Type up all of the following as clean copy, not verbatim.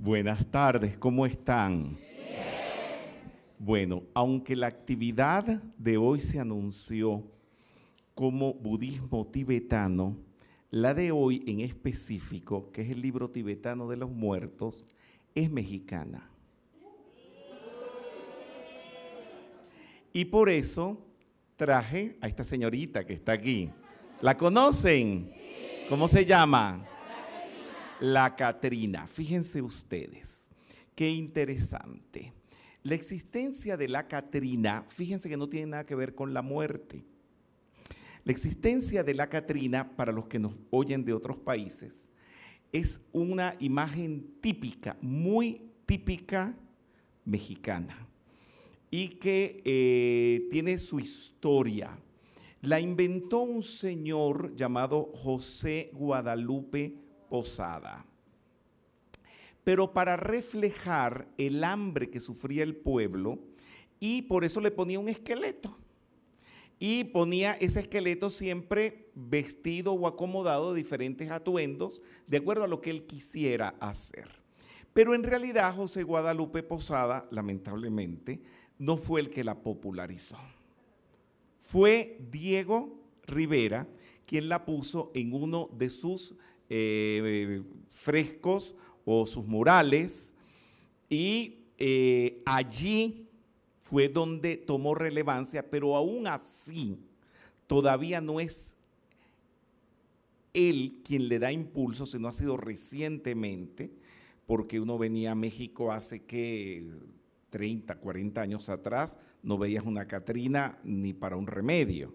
Buenas tardes, ¿cómo están? Bien. Bueno, aunque la actividad de hoy se anunció como budismo tibetano, la de hoy en específico, que es el libro tibetano de los muertos, es mexicana. Y por eso traje a esta señorita que está aquí. ¿La conocen? ¿Cómo se llama? La Catrina. Fíjense ustedes, qué interesante. La existencia de la Catrina, fíjense que no tiene nada que ver con la muerte. La existencia de la Catrina, para los que nos oyen de otros países, es una imagen típica, muy típica mexicana y que tiene su historia. La inventó un señor llamado José Guadalupe Posada, pero para reflejar el hambre que sufría el pueblo, y por eso le ponía un esqueleto, y ponía ese esqueleto siempre vestido o acomodado de diferentes atuendos, de acuerdo a lo que él quisiera hacer. Pero en realidad José Guadalupe Posada, lamentablemente, no fue el que la popularizó. Fue Diego Rivera quien la puso en uno de sus frescos o sus murales, y allí fue donde tomó relevancia, pero aún así todavía no es él quien le da impulso, sino ha sido recientemente, porque uno venía a México hace que 30, 40 años atrás, no veías una Catrina ni para un remedio.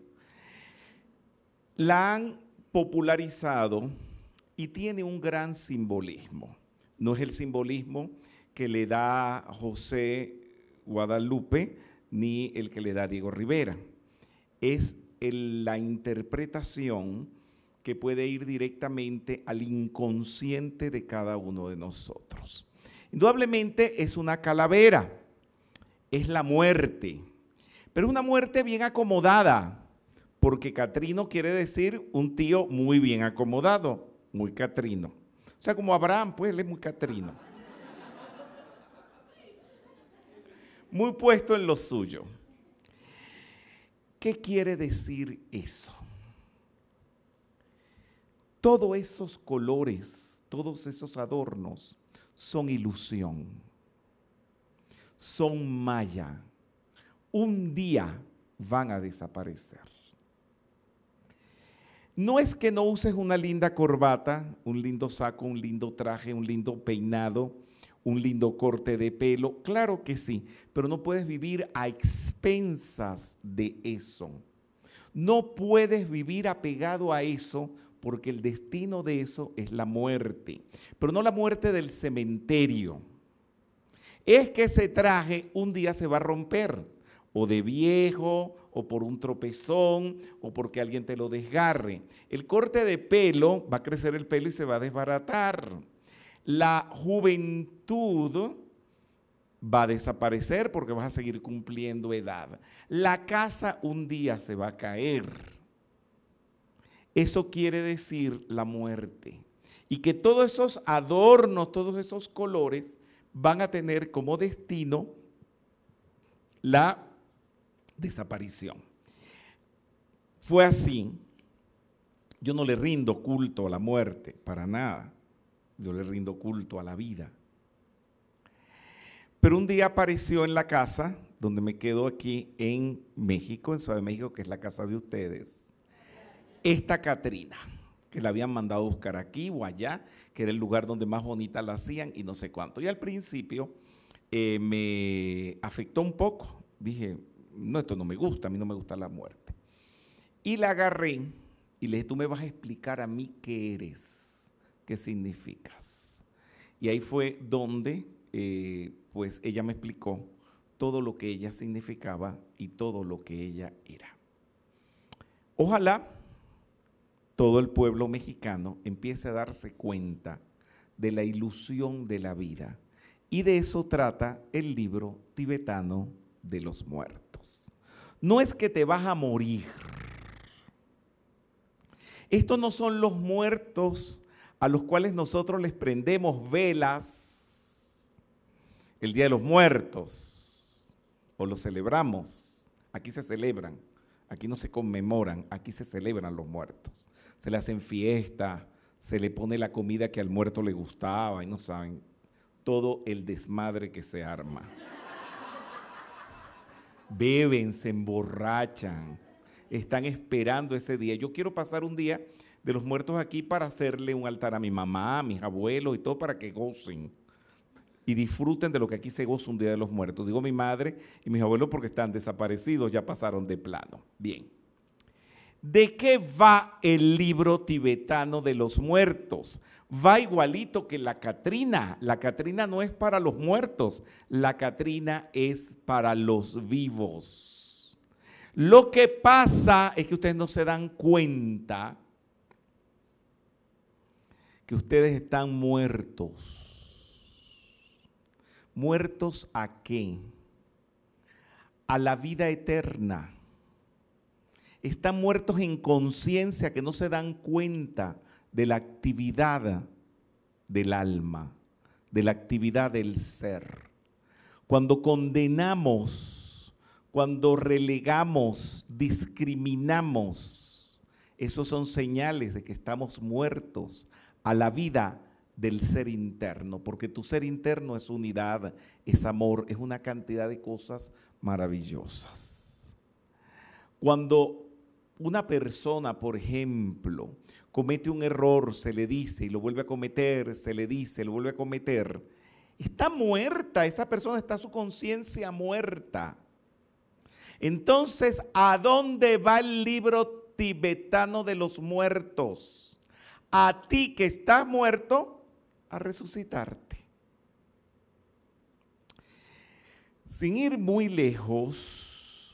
La han popularizado y tiene un gran simbolismo. No es el simbolismo que le da José Guadalupe ni el que le da Diego Rivera. Es la interpretación que puede ir directamente al inconsciente de cada uno de nosotros. Indudablemente es una calavera, es la muerte, pero es una muerte bien acomodada, porque Catrino quiere decir un tío muy bien acomodado, muy catrino. O sea, como Abraham, pues él es muy catrino. Muy puesto en lo suyo. ¿Qué quiere decir eso? Todos esos colores, todos esos adornos son ilusión, son maya. Un día van a desaparecer. No es que no uses una linda corbata, un lindo saco, un lindo traje, un lindo peinado, un lindo corte de pelo, claro que sí, pero no puedes vivir a expensas de eso. No puedes vivir apegado a eso, porque el destino de eso es la muerte, pero no la muerte del cementerio. Es que ese traje un día se va a romper, o de viejo, o por un tropezón, o porque alguien te lo desgarre. El corte de pelo, va a crecer el pelo y se va a desbaratar. La juventud va a desaparecer porque vas a seguir cumpliendo edad. La casa un día se va a caer. Eso quiere decir la muerte. Y que todos esos adornos, todos esos colores van a tener como destino la desaparición. Fue así. Yo no le rindo culto a la muerte, para nada. Yo le rindo culto a la vida. Pero un día apareció en la casa, donde me quedo aquí en México, en Ciudad de México, que es la casa de ustedes, esta Catrina, que la habían mandado a buscar aquí o allá, que era el lugar donde más bonita la hacían y no sé cuánto. Y al principio me afectó un poco. Dije, no, esto no me gusta, a mí no me gusta la muerte. Y la agarré y le dije, tú me vas a explicar a mí qué eres, qué significas. Y ahí fue donde pues ella me explicó todo lo que ella significaba y todo lo que ella era. Ojalá todo el pueblo mexicano empiece a darse cuenta de la ilusión de la vida, y de eso trata el libro tibetano de los muertos. No es que te vas a morir. Estos no son los muertos a los cuales nosotros les prendemos velas el Día de los Muertos, o lo celebramos. Aquí se celebran, aquí no se conmemoran, aquí se celebran los muertos. Se le hacen fiestas, se le pone la comida que al muerto le gustaba y no saben todo el desmadre que se arma. Beben, se emborrachan, están esperando ese día. Yo quiero pasar un día de los muertos aquí para hacerle un altar a mi mamá, a mis abuelos y todo para que gocen y disfruten de lo que aquí se goza un día de los muertos. Digo mi madre y mis abuelos porque están desaparecidos, ya pasaron de plano. Bien. ¿De qué va el libro tibetano de los muertos? Va igualito que la Catrina. La Catrina no es para los muertos, la Catrina es para los vivos. Lo que pasa es que ustedes no se dan cuenta que ustedes están muertos. ¿Muertos a qué? A la vida eterna. Están muertos en conciencia, que no se dan cuenta de la actividad del alma, de la actividad del ser. Cuando condenamos, cuando relegamos, discriminamos, esos son señales de que estamos muertos a la vida del ser interno, porque tu ser interno es unidad, es amor, es una cantidad de cosas maravillosas. Cuando una persona, por ejemplo, comete un error, se le dice y lo vuelve a cometer, se le dice, lo vuelve a cometer, está muerta, esa persona está su conciencia muerta. Entonces, ¿a dónde va el libro tibetano de los muertos? A ti que estás muerto, a resucitarte. Sin ir muy lejos,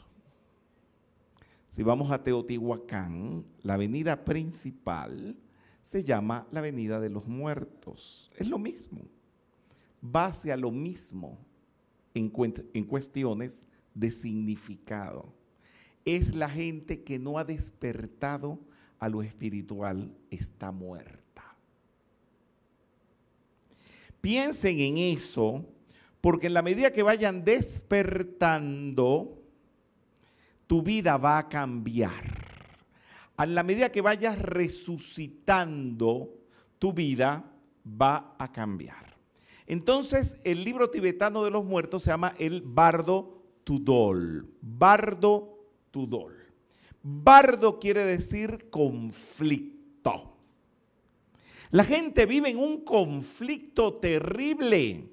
si vamos a Teotihuacán, la avenida principal se llama la Avenida de los Muertos. Es lo mismo, va hacia lo mismo en cuestiones de significado. Es la gente que no ha despertado a lo espiritual, está muerta. Piensen en eso, porque en la medida que vayan despertando, tu vida va a cambiar. A la medida que vayas resucitando, tu vida va a cambiar. Entonces, el libro tibetano de los muertos se llama el Bardo Tudol. Bardo Tudol. Bardo quiere decir conflicto. La gente vive en un conflicto terrible.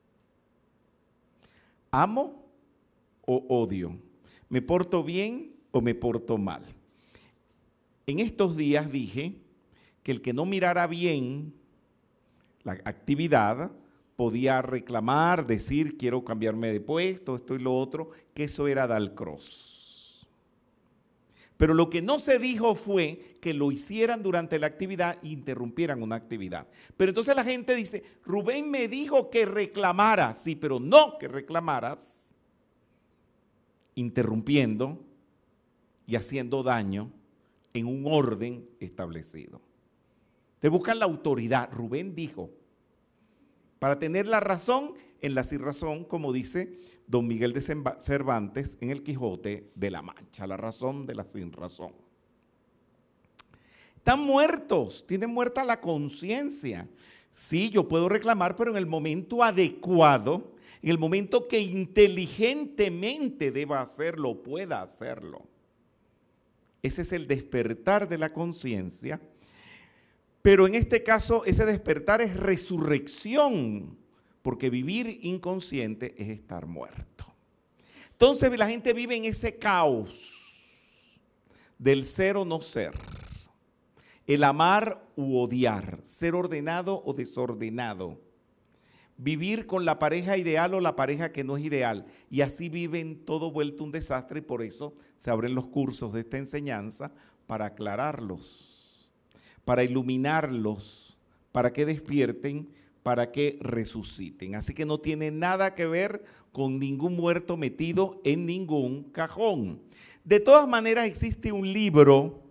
¿Amo o odio? ¿Me porto bien o me porto mal? En estos días dije que el que no mirara bien la actividad podía reclamar, decir quiero cambiarme de puesto, esto y lo otro, que eso era dar cross. Pero lo que no se dijo fue que lo hicieran durante la actividad e interrumpieran una actividad. Pero entonces la gente dice, Rubén me dijo que reclamara, sí, pero no que reclamaras, interrumpiendo y haciendo daño en un orden establecido. Te buscan la autoridad. Rubén dijo, para tener la razón en la sinrazón, como dice don Miguel de Cervantes en el Quijote de la Mancha, la razón de la sinrazón. Están muertos, tienen muerta la conciencia. Sí, yo puedo reclamar, pero en el momento adecuado, en el momento que inteligentemente deba hacerlo, pueda hacerlo. Ese es el despertar de la conciencia, pero en este caso ese despertar es resurrección, porque vivir inconsciente es estar muerto. Entonces la gente vive en ese caos del ser o no ser, el amar u odiar, ser ordenado o desordenado, vivir con la pareja ideal o la pareja que no es ideal, y así viven todo vuelto un desastre, y por eso se abren los cursos de esta enseñanza para aclararlos, para iluminarlos, para que despierten, para que resuciten. Así que no tiene nada que ver con ningún muerto metido en ningún cajón. De todas maneras, existe un libro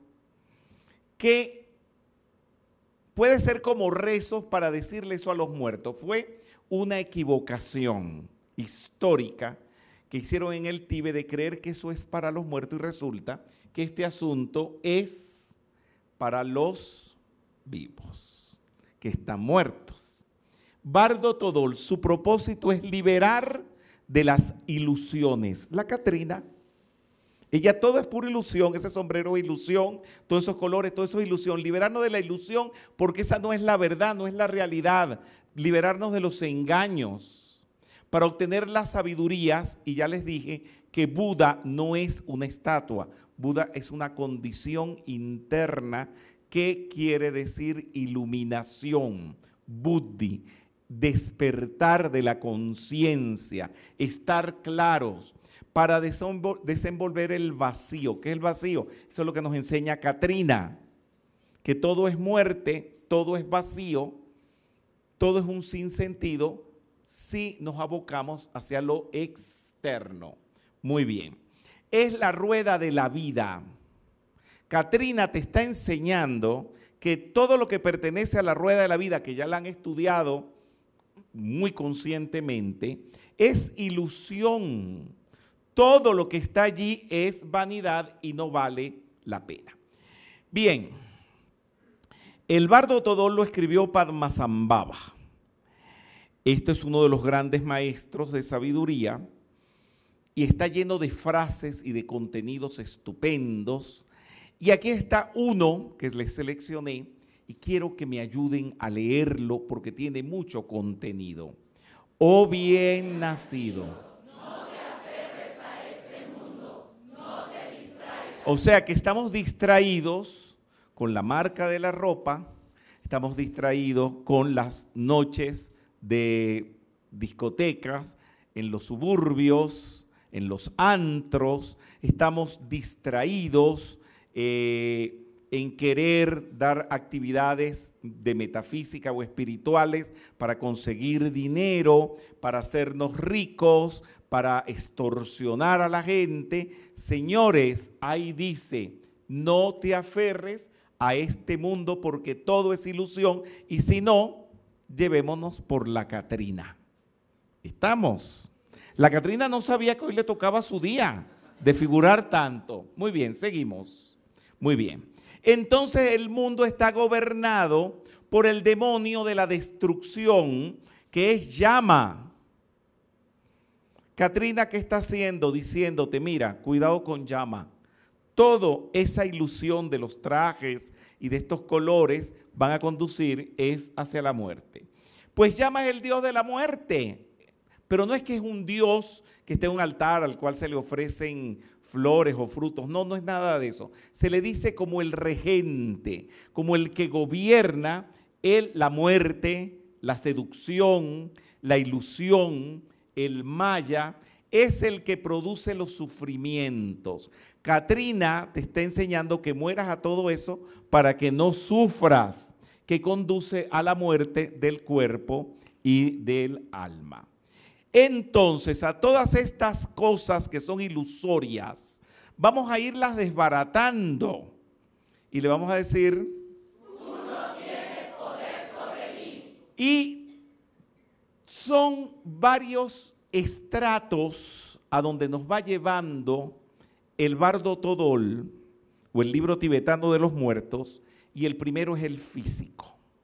que puede ser como rezos para decirle eso a los muertos. Fue una equivocación histórica que hicieron en el Tíbet de creer que eso es para los muertos y resulta que este asunto es para los vivos, que están muertos. Bardo Todol, su propósito es liberar de las ilusiones. La Catrina, ella todo es pura ilusión, ese sombrero es ilusión, todos esos colores, todo eso es ilusión. Liberarnos de la ilusión porque esa no es la verdad, no es la realidad. Liberarnos de los engaños para obtener las sabidurías. Y ya les dije que Buda no es una estatua, Buda es una condición interna que quiere decir iluminación, buddhi, despertar de la conciencia, estar claros para desenvolver el vacío. ¿Qué es el vacío? Eso es lo que nos enseña Catrina, que todo es muerte, todo es vacío, todo es un sinsentido si nos abocamos hacia lo externo. Muy bien. Es la rueda de la vida. Catrina te está enseñando que todo lo que pertenece a la rueda de la vida, que ya la han estudiado muy conscientemente, es ilusión. Todo lo que está allí es vanidad y no vale la pena. Bien, el Bardo Todol lo escribió Padmasambhava. Esto es uno de los grandes maestros de sabiduría y está lleno de frases y de contenidos estupendos. Y aquí está uno que les seleccioné y quiero que me ayuden a leerlo porque tiene mucho contenido. Oh bien nacido. No te aferres a este mundo, no te distraigas. O sea que estamos distraídos con la marca de la ropa, estamos distraídos con las noches de discotecas en los suburbios, en los antros, estamos distraídos en querer dar actividades de metafísica o espirituales para conseguir dinero, para hacernos ricos, para extorsionar a la gente. Señores, ahí dice, no te aferres a este mundo porque todo es ilusión y si no, llevémonos por la Catrina. ¿Estamos? La Catrina no sabía que hoy le tocaba su día de figurar tanto. Muy bien, seguimos. Muy bien. Entonces el mundo está gobernado por el demonio de la destrucción, que es llama. Catrina, ¿qué está haciendo? Diciéndote, mira, cuidado con llama. Toda esa ilusión de los trajes y de estos colores van a conducir es hacia la muerte. Pues llama es el dios de la muerte, pero no es que es un dios que esté en un altar al cual se le ofrecen flores o frutos, no, no es nada de eso. Se le dice como el regente, como el que gobierna la muerte, la seducción, la ilusión, el maya, es el que produce los sufrimientos. Catrina te está enseñando que mueras a todo eso para que no sufras, que conduce a la muerte del cuerpo y del alma. Entonces, a todas estas cosas que son ilusorias, vamos a irlas desbaratando y le vamos a decir, tú no tienes poder sobre mí. Y son varios estratos a donde nos va llevando el Bardo Todol o el libro tibetano de los muertos, y el primero es el físico.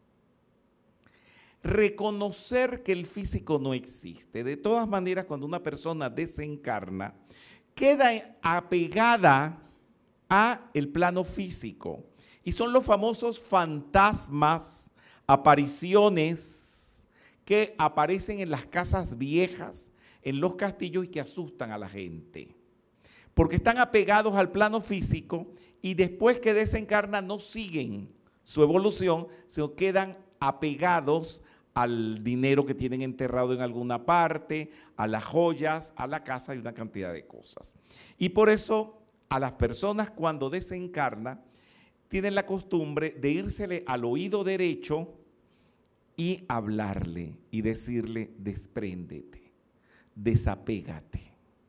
Reconocer que el físico no existe. De todas maneras, cuando una persona desencarna, queda apegada a el plano físico. Y son los famosos fantasmas, apariciones que aparecen en las casas viejas, en los castillos y que asustan a la gente. Porque están apegados al plano físico y después que desencarnan no siguen su evolución, sino quedan apegados al dinero que tienen enterrado en alguna parte, a las joyas, a la casa y una cantidad de cosas. Y por eso a las personas cuando desencarnan tienen la costumbre de írsele al oído derecho y hablarle y decirle, despréndete, desapégate.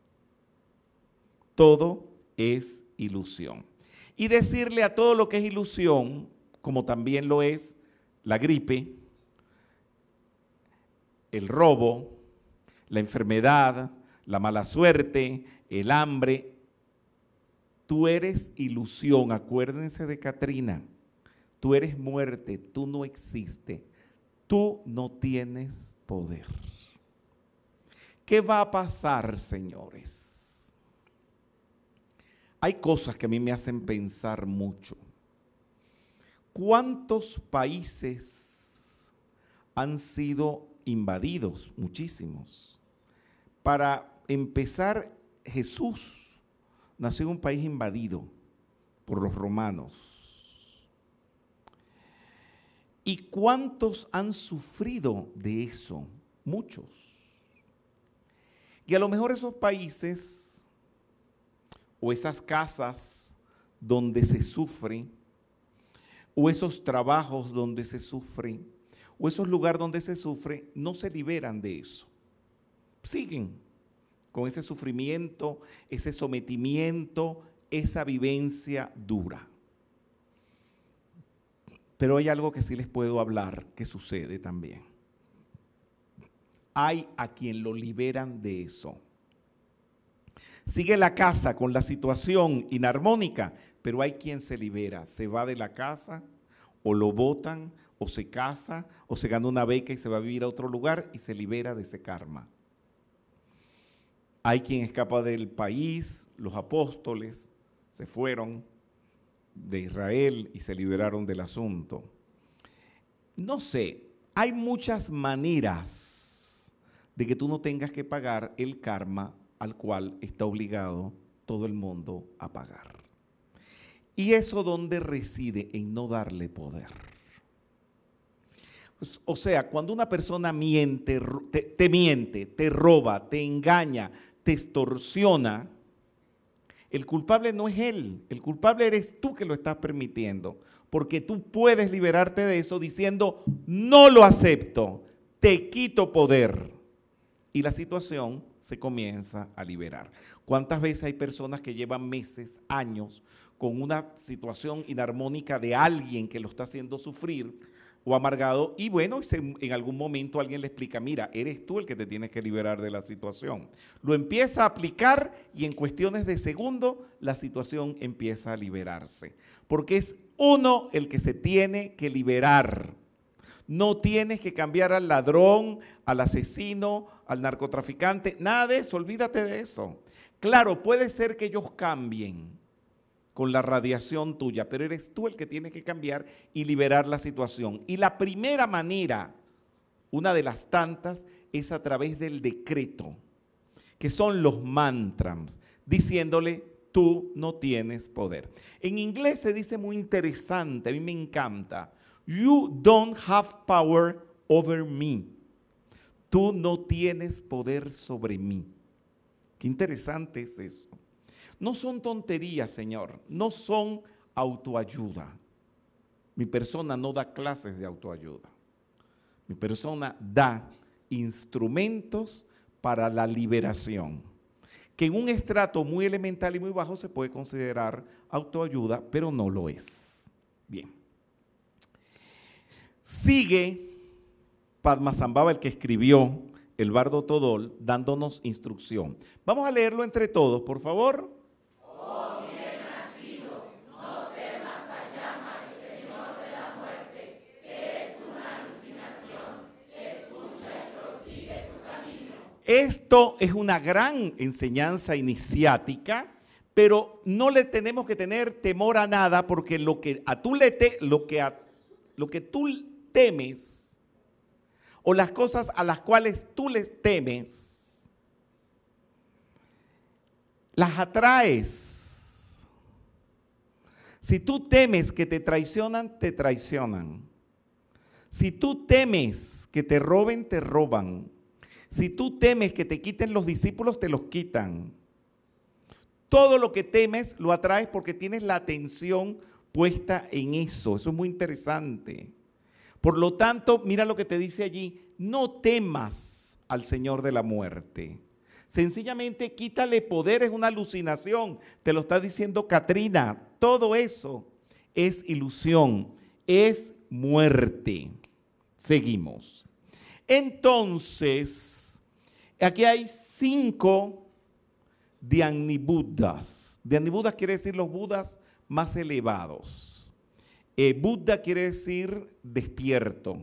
Todo es ilusión. Y decirle a todo lo que es ilusión, como también lo es la gripe, el robo, la enfermedad, la mala suerte, el hambre. Tú eres ilusión, acuérdense de Katrina. Tú eres muerte, tú no existes, tú no tienes poder. ¿Qué va a pasar, señores? Hay cosas que a mí me hacen pensar mucho. ¿Cuántos países han sido invadidos? Muchísimos. Para empezar, Jesús nació en un país invadido por los romanos. ¿Y cuántos han sufrido de eso? Muchos. Y a lo mejor esos países o esas casas donde se sufre, o esos trabajos donde se sufre, o esos lugares donde se sufre, no se liberan de eso. Siguen con ese sufrimiento, ese sometimiento, esa vivencia dura. Pero hay algo que sí les puedo hablar que sucede también. Hay a quien lo liberan de eso. Sigue la casa con la situación inarmónica, pero hay quien se libera, se va de la casa, o lo botan, o se casa, o se gana una beca y se va a vivir a otro lugar y se libera de ese karma. Hay quien escapa del país, los apóstoles se fueron de Israel y se liberaron del asunto. No sé, hay muchas maneras de que tú no tengas que pagar el karma al cual está obligado todo el mundo a pagar. ¿Y eso dónde reside? En no darle poder. O sea, cuando una persona miente, te miente, te roba, te engaña, te extorsiona, el culpable no es él, el culpable eres tú que lo estás permitiendo, porque tú puedes liberarte de eso diciendo, no lo acepto, te quito poder. Y la situación se comienza a liberar. ¿Cuántas veces hay personas que llevan meses, años, con una situación inarmónica de alguien que lo está haciendo sufrir o amargado? Y bueno, en algún momento alguien le explica, mira, eres tú el que te tienes que liberar de la situación. Lo empieza a aplicar y en cuestiones de segundo la situación empieza a liberarse. Porque es uno el que se tiene que liberar. No tienes que cambiar al ladrón, al asesino, al narcotraficante, nada de eso, olvídate de eso. Claro, puede ser que ellos cambien con la radiación tuya, pero eres tú el que tienes que cambiar y liberar la situación. Y la primera manera, una de las tantas, es a través del decreto, que son los mantras, diciéndole, tú no tienes poder. En inglés se dice muy interesante, a mí me encanta, you don't have power over me. Tú no tienes poder sobre mí. Qué interesante es eso. No son tonterías, Señor, no son autoayuda. Mi persona no da clases de autoayuda. Mi persona da instrumentos para la liberación, que en un estrato muy elemental y muy bajo se puede considerar autoayuda, pero no lo es. Bien. Sigue Padmasambhava, el que escribió el Bardo Todol, dándonos instrucción. Vamos a leerlo entre todos, por favor. Oh bien nacido, no temas a llama del Señor de la muerte, que es una alucinación. Escucha y prosigue tu camino. Esto es una gran enseñanza iniciática, pero no le tenemos que tener temor a nada, porque lo que tú temes, o las cosas a las cuales tú les temes, las atraes. Si tú temes que te traicionan, te traicionan. Si tú temes que te roben, te roban. Si tú temes que te quiten los discípulos, te los quitan. Todo lo que temes lo atraes porque tienes la atención puesta en eso. Eso es muy interesante. Por lo tanto, mira lo que te dice allí, no temas al Señor de la muerte. Sencillamente quítale poder, es una alucinación. Te lo está diciendo Katrina. Todo eso es ilusión, es muerte. Seguimos. Entonces, aquí hay 5 Dhyani-buddhas. Dhyani-buddhas quiere decir los budas más elevados. Buddha quiere decir despierto,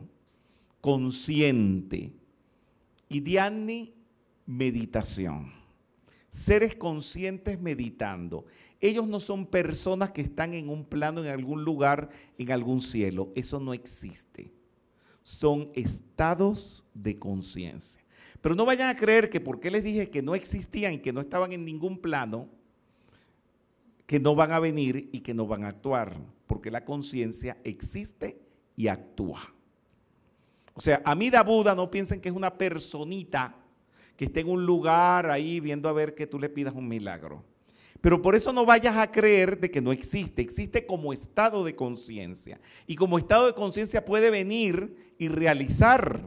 consciente. Y Dhyani, meditación. Seres conscientes meditando. Ellos no son personas que están en un plano, en algún lugar, en algún cielo. Eso no existe. Son estados de conciencia. Pero no vayan a creer que porque les dije que no existían y que no estaban en ningún plano, que no van a venir y que no van a actuar. Porque la conciencia existe y actúa. O sea, Amida Buda, no piensen que es una personita que esté en un lugar ahí viendo a ver que tú le pidas un milagro. Pero por eso no vayas a creer de que no existe. Existe como estado de conciencia. Y como estado de conciencia puede venir y realizar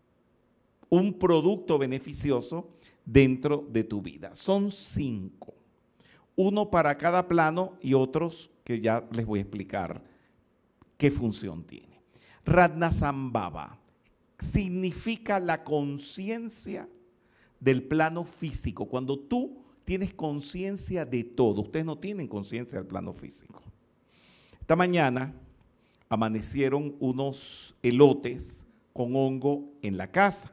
un producto beneficioso dentro de tu vida. Son 5. Uno para cada plano y otros que ya les voy a explicar qué función tiene. Ratnasambhava significa la conciencia del plano físico. Cuando tú tienes conciencia de todo, ustedes no tienen conciencia del plano físico. Esta mañana amanecieron unos elotes con hongo en la casa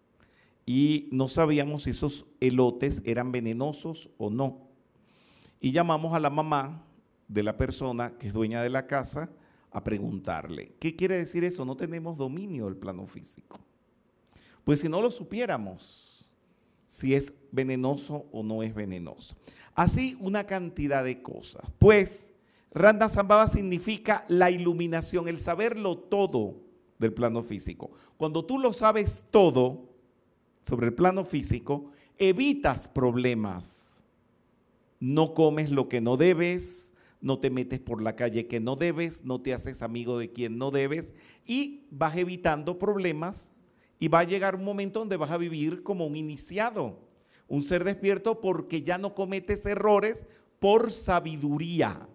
y no sabíamos si esos elotes eran venenosos o no. Y llamamos a la mamá de la persona que es dueña de la casa a preguntarle, ¿qué quiere decir eso? No tenemos dominio del plano físico. Pues si no lo supiéramos, si es venenoso o no es venenoso. Así una cantidad de cosas. Pues Ratnasambhava significa la iluminación, el saberlo todo del plano físico. Cuando tú lo sabes todo sobre el plano físico, evitas problemas. No comes lo que no debes, no te metes por la calle que no debes, no te haces amigo de quien no debes y vas evitando problemas. Y va a llegar un momento donde vas a vivir como un iniciado, un ser despierto porque ya no cometes errores por sabiduría.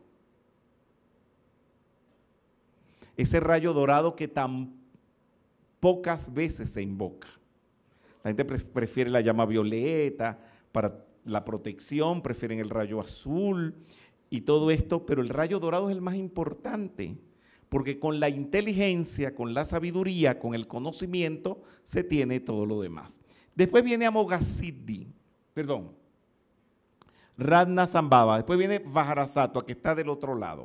Ese rayo dorado que tan pocas veces se invoca. La gente prefiere la llama violeta para la protección, prefieren el rayo azul y todo esto, pero el rayo dorado es el más importante. Porque con la inteligencia, con la sabiduría, con el conocimiento, se tiene todo lo demás. Después viene Ratnasambhava. Después viene Vajrasattva, que está del otro lado.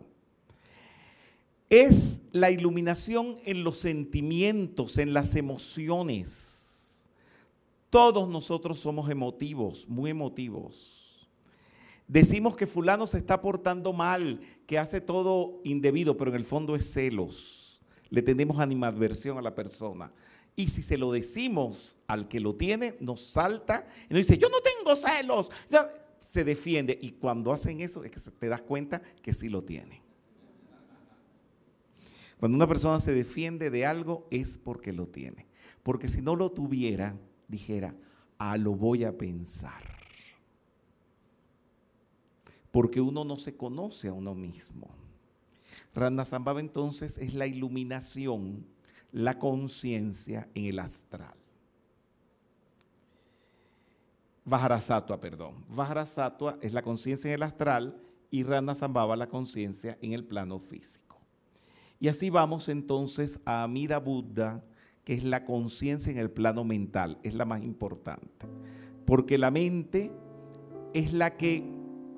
Es la iluminación en los sentimientos, en las emociones. Todos nosotros somos emotivos, muy emotivos. Decimos que fulano se está portando mal, que hace todo indebido, pero en el fondo es celos. Le tenemos animadversión a la persona. Y si se lo decimos al que lo tiene, nos salta y nos dice, yo no tengo celos. Ya, se defiende. Y cuando hacen eso es que te das cuenta que sí lo tiene. Cuando una persona se defiende de algo es porque lo tiene. Porque si no lo tuviera, dijera, lo voy a pensar. Porque uno no se conoce a uno mismo. Ratnasambhava entonces es la iluminación, la conciencia en el astral. Vajrasattva es la conciencia en el astral y Ratnasambhava la conciencia en el plano físico. Y así vamos entonces a Amida Buddha, que es la conciencia en el plano mental, es la más importante. Porque la mente es la que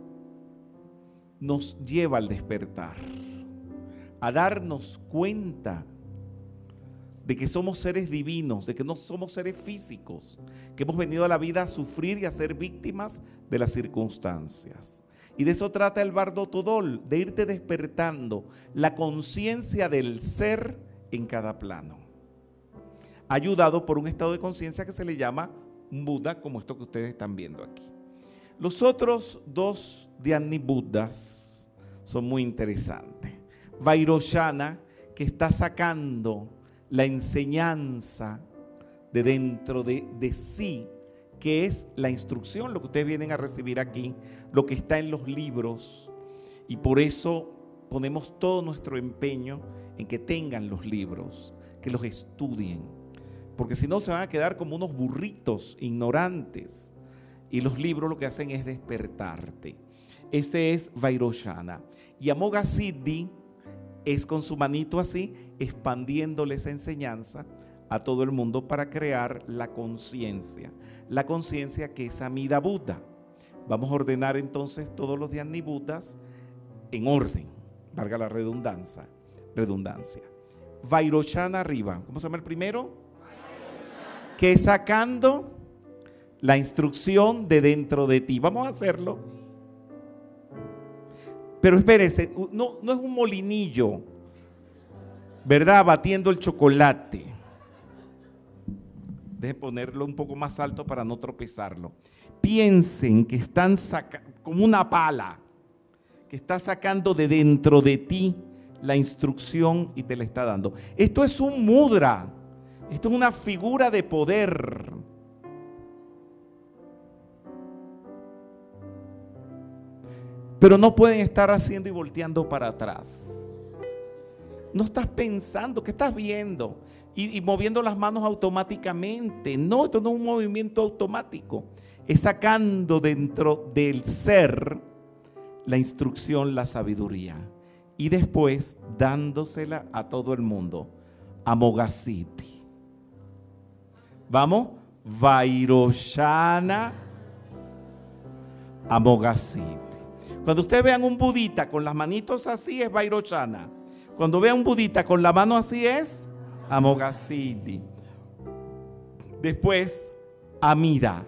nos lleva al despertar, a darnos cuenta de que somos seres divinos, de que no somos seres físicos, que hemos venido a la vida a sufrir y a ser víctimas de las circunstancias. Y de eso trata el Bardo Todol, de irte despertando la conciencia del ser en cada plano, ayudado por un estado de conciencia que se le llama un Buda, como esto que ustedes están viendo aquí. Los otros 2 Dhyani-buddhas son muy interesantes. Vairochana, que está sacando la enseñanza de dentro de sí, que es la instrucción, lo que ustedes vienen a recibir aquí, lo que está en los libros. Y por eso ponemos todo nuestro empeño en que tengan los libros, que los estudien, porque si no se van a quedar como unos burritos ignorantes. Y los libros lo que hacen es despertarte. Ese es Vairochana. Y Amoga Siddhi es con su manito así, expandiéndole esa enseñanza a todo el mundo para crear la conciencia. La conciencia que es Amida Buddha. Vamos a ordenar entonces todos los Dhyani Buddhas en orden, valga la redundancia. Vairochana arriba. ¿Cómo se llama el primero? Vairochana. Que es sacando la instrucción de dentro de ti. Vamos a hacerlo. Pero espérese, no es un molinillo, ¿verdad? Batiendo el chocolate. Dejen ponerlo un poco más alto para no tropezarlo. Piensen que están sacando, como una pala, que está sacando de dentro de ti la instrucción y te la está dando. Esto es un mudra, esto es una figura de poder. Pero no pueden estar haciendo y volteando para atrás. No estás pensando, ¿qué estás viendo? Y moviendo las manos automáticamente. No, esto no es un movimiento automático. Es sacando dentro del ser la instrucción, la sabiduría. Y después dándosela a todo el mundo. Amoga Siddhi. Vamos. Vairochana. Amoga Siddhi. Cuando ustedes vean un budita con las manitos así es Vairochana. Cuando vean un budita con la mano así es Amoga Siddhi. Después, Amida.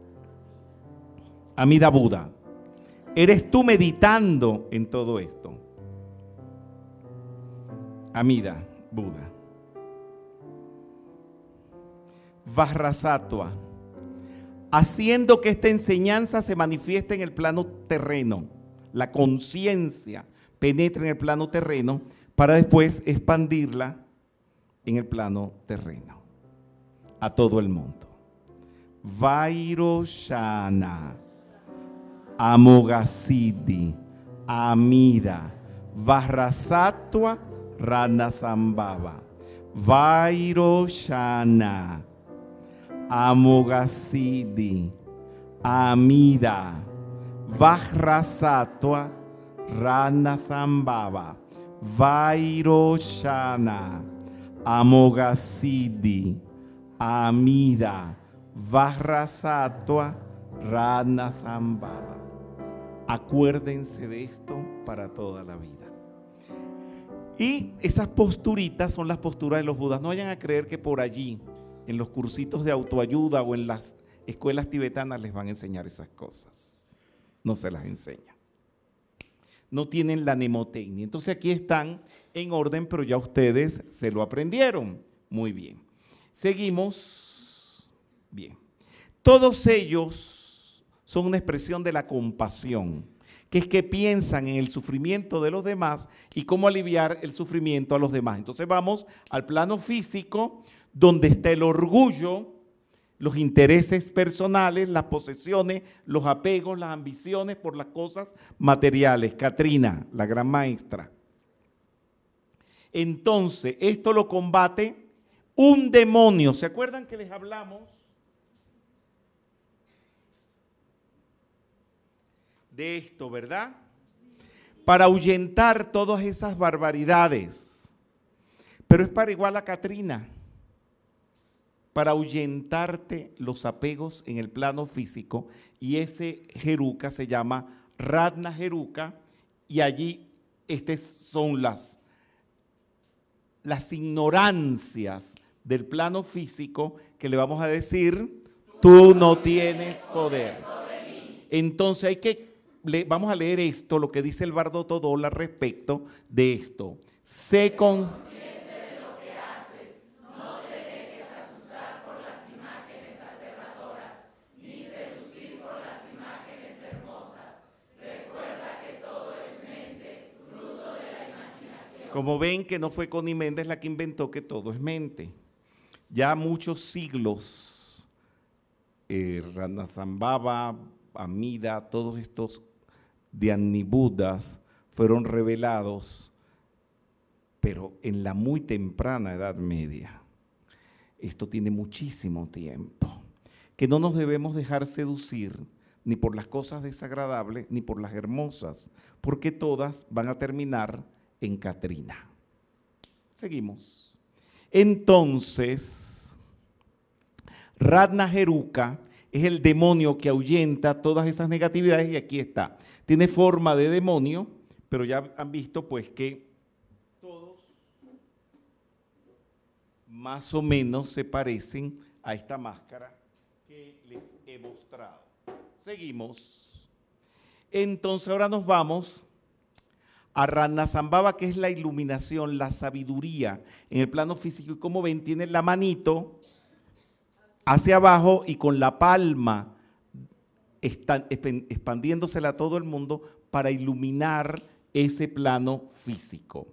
Amida Buddha. Eres tú meditando en todo esto. Amida Buddha. Vajrasattva. Haciendo que esta enseñanza se manifieste en el plano terreno. La conciencia penetra en el plano terreno para después expandirla en el plano terreno a todo el mundo. Vairochana, Amoga Siddhi, Amida, Vajrasattva, Ranasambhava. Vairochana, Amoga Siddhi, Amida, Vajrasattva, Ranasambhava. Vairochana, Amoga Siddhi, Amida, Vajrasattva, Ranasambhava. Acuérdense de esto para toda la vida. Y esas posturitas son las posturas de los budas. No vayan a creer que por allí, en los cursitos de autoayuda o en las escuelas tibetanas les van a enseñar esas cosas. No se las enseñan. No tienen la mnemotecnia. Entonces aquí están en orden, pero ya ustedes se lo aprendieron. Muy bien. Seguimos. Bien. Todos ellos son una expresión de la compasión, que es que piensan en el sufrimiento de los demás y cómo aliviar el sufrimiento a los demás. Entonces vamos al plano físico, donde está el orgullo, los intereses personales, las posesiones, los apegos, las ambiciones por las cosas materiales. Catrina, la gran maestra. Entonces, esto lo combate un demonio. ¿Se acuerdan que les hablamos de esto, verdad? Para ahuyentar todas esas barbaridades. Pero es para igual a Catrina. Para ahuyentarte los apegos en el plano físico, y ese Heruka se llama Ratna Heruka, y allí son las ignorancias del plano físico que le vamos a decir, tú no tienes poder. Entonces vamos a leer esto, lo que dice el Bardo Todola respecto de esto. Sé consciente de lo que haces, no te dejes asustar por las imágenes aterradoras, ni seducir por las imágenes hermosas. Recuerda que todo es mente, fruto de la imaginación. Como ven que no fue Connie Méndez la que inventó que todo es mente. Ya muchos siglos, Ranasambhava, Amida, todos estos Dhyani Buddhas fueron revelados, pero en la muy temprana Edad Media. esto tiene muchísimo tiempo. Que no nos debemos dejar seducir ni por las cosas desagradables ni por las hermosas, porque todas van a terminar en Catrina. Seguimos. Entonces, Ratnajeruka es el demonio que ahuyenta todas esas negatividades y aquí está. Tiene forma de demonio, pero ya han visto pues que todos más o menos se parecen a esta máscara que les he mostrado. Seguimos. Entonces ahora nos vamos a Ratnasambhava, que es la iluminación, la sabiduría en el plano físico. Y como ven, tiene la manito hacia abajo y con la palma expandiéndosela a todo el mundo para iluminar ese plano físico.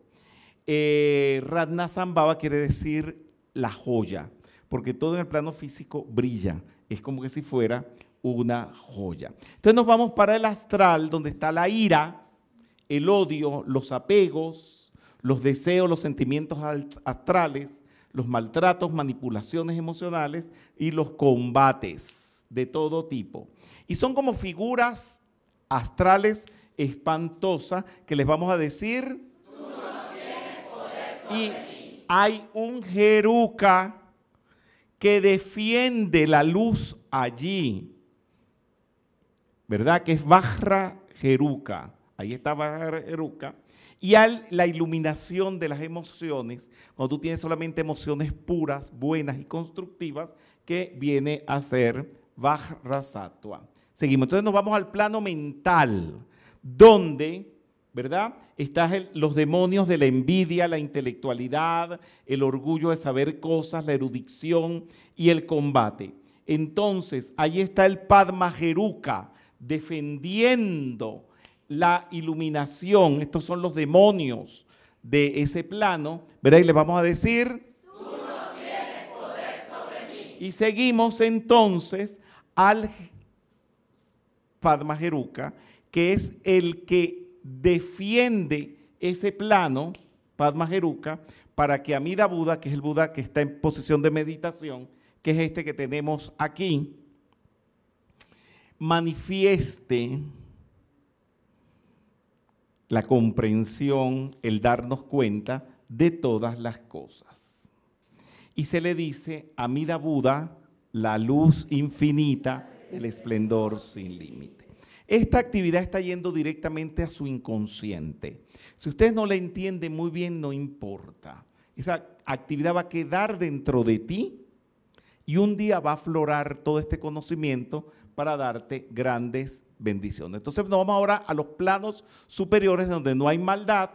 Ratnasambhava quiere decir la joya, porque todo en el plano físico brilla, es como que si fuera una joya. Entonces nos vamos para el astral, donde está la ira, el odio, los apegos, los deseos, los sentimientos astrales, los maltratos, manipulaciones emocionales y los combates de todo tipo. Y son como figuras astrales espantosas que les vamos a decir. Tú no tienes poder sobre mí. Hay un Heruka que defiende la luz allí, ¿verdad? Que es Vajrajeruka. Ahí está Vajrajeruka. Y la iluminación de las emociones, cuando tú tienes solamente emociones puras, buenas y constructivas, que viene a ser Vajrasattva. Seguimos. Entonces nos vamos al plano mental, donde, ¿verdad? Están los demonios de la envidia, la intelectualidad, el orgullo de saber cosas, la erudición y el combate. Entonces, ahí está el Padmajeruka defendiendo la iluminación. Estos son los demonios de ese plano, ¿verdad? Y les vamos a decir, tú no tienes poder sobre mí. Y seguimos entonces al Padmajeruka, que es el que defiende ese plano, Padmajeruka, para que Amida Buda, que es el Buda que está en posición de meditación, que es este que tenemos aquí, manifieste la comprensión, el darnos cuenta de todas las cosas. Y se le dice Amida Buda, la luz infinita, el esplendor sin límite. Esta actividad está yendo directamente a su inconsciente. Si ustedes no la entienden muy bien, no importa. Esa actividad va a quedar dentro de ti y un día va a aflorar todo este conocimiento para darte grandes bendiciones. Entonces nos vamos ahora a los planos superiores donde no hay maldad,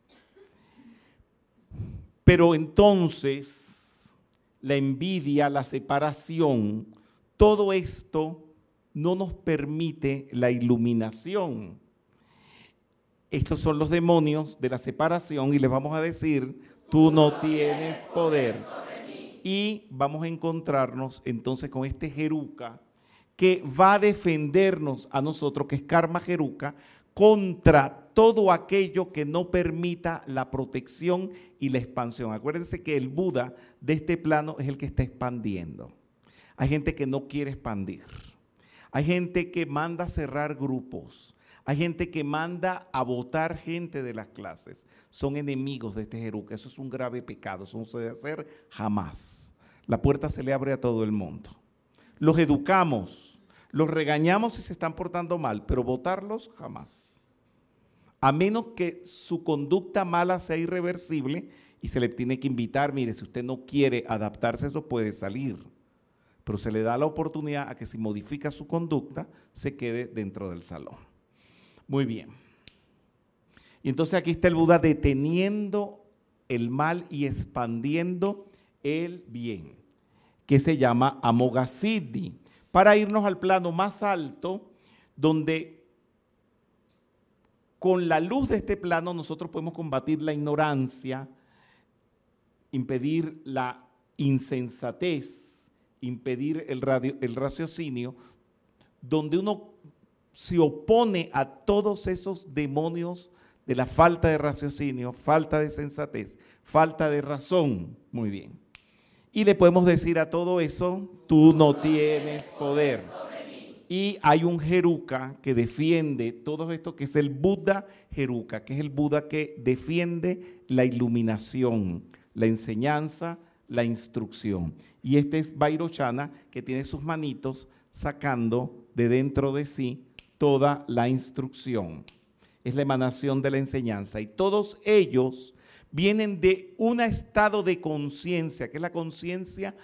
pero entonces la envidia, la separación, todo esto no nos permite la iluminación. Estos son los demonios de la separación y les vamos a decir, tú no tienes poder. Y vamos a encontrarnos entonces con este Heruka que va a defendernos a nosotros, que es Karmajeruka, contra todo aquello que no permita la protección y la expansión. Acuérdense que el Buda de este plano es el que está expandiendo. Hay gente que no quiere expandir. Hay gente que manda a cerrar grupos. Hay gente que manda a votar gente de las clases. Son enemigos de este Heruka. Eso es un grave pecado. Eso no se debe hacer jamás. La puerta se le abre a todo el mundo. Los educamos, los regañamos si se están portando mal, pero votarlos jamás. A menos que su conducta mala sea irreversible y se le tiene que invitar, mire, si usted no quiere adaptarse a eso puede salir, pero se le da la oportunidad a que si modifica su conducta, se quede dentro del salón. Muy bien. Y entonces aquí está el Buda deteniendo el mal y expandiendo el bien, que se llama Amoghasiddhi, para irnos al plano más alto, donde con la luz de este plano nosotros podemos combatir la ignorancia, impedir la insensatez, impedir el raciocinio, donde uno se opone a todos esos demonios de la falta de raciocinio, falta de sensatez, falta de razón. Muy bien. Y le podemos decir a todo eso, tú no tienes poder. Y hay un Heruka que defiende todo esto, que es el Buda Heruka, que es el Buda que defiende la iluminación, la enseñanza, la instrucción. Y este es Vairochana, que tiene sus manitos sacando de dentro de sí toda la instrucción. Es la emanación de la enseñanza. Y todos ellos vienen de un estado de conciencia, que es la conciencia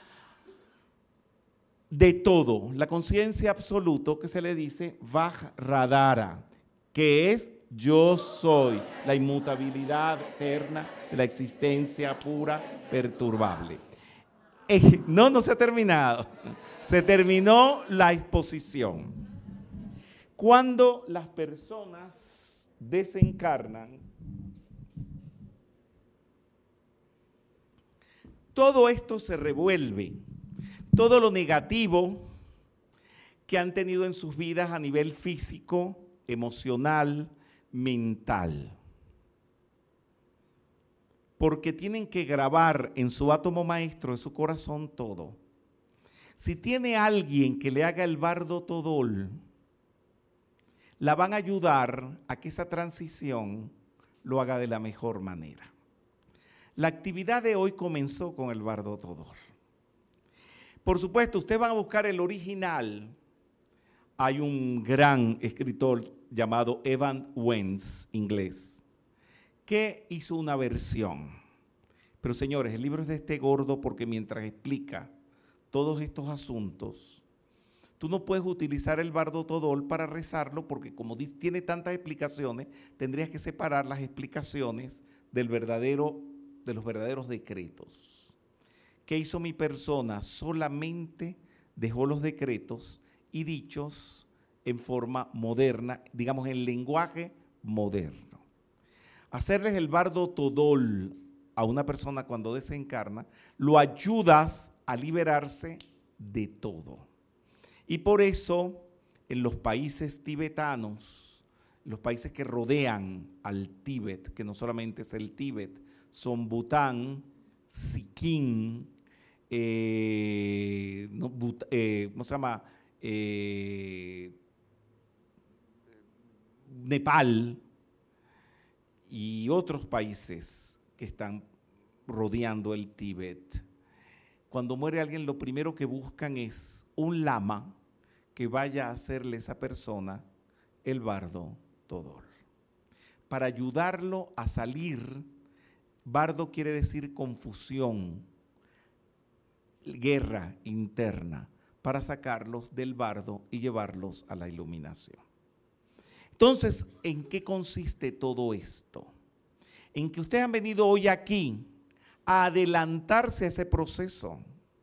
de todo, la conciencia absoluta, que se le dice Vajradhara, que es yo soy, la inmutabilidad eterna de la existencia pura, perturbable. No se ha terminado. Se terminó la exposición. Cuando las personas desencarnan, todo esto se revuelve. Todo lo negativo que han tenido en sus vidas a nivel físico, emocional, mental. Porque tienen que grabar en su átomo maestro, en su corazón, todo. Si tiene alguien que le haga el bardo todol, la van a ayudar a que esa transición lo haga de la mejor manera. La actividad de hoy comenzó con el bardo todol. Por supuesto, ustedes van a buscar el original. Hay un gran escritor llamado Evan Wentz, inglés, que hizo una versión. Pero señores, el libro es de este gordo porque mientras explica todos estos asuntos, tú no puedes utilizar el bardo todol para rezarlo porque como tiene tantas explicaciones, tendrías que separar las explicaciones de los verdaderos decretos. ¿Qué hizo mi persona? Solamente dejó los decretos y dichos en forma moderna, digamos en lenguaje moderno. Hacerles el bardo todol a una persona cuando desencarna, lo ayudas a liberarse de todo. Y por eso en los países tibetanos, los países que rodean al Tíbet, que no solamente es el Tíbet, son Bután, Sikkim, ¿cómo se llama? Nepal y otros países que están rodeando el Tíbet. Cuando muere alguien, lo primero que buscan es un lama que vaya a hacerle a esa persona el bardo todol, para ayudarlo a salir. Bardo quiere decir confusión, guerra interna, para sacarlos del bardo y llevarlos a la iluminación. Entonces, ¿en qué consiste todo esto? En que ustedes han venido hoy aquí a adelantarse a ese proceso.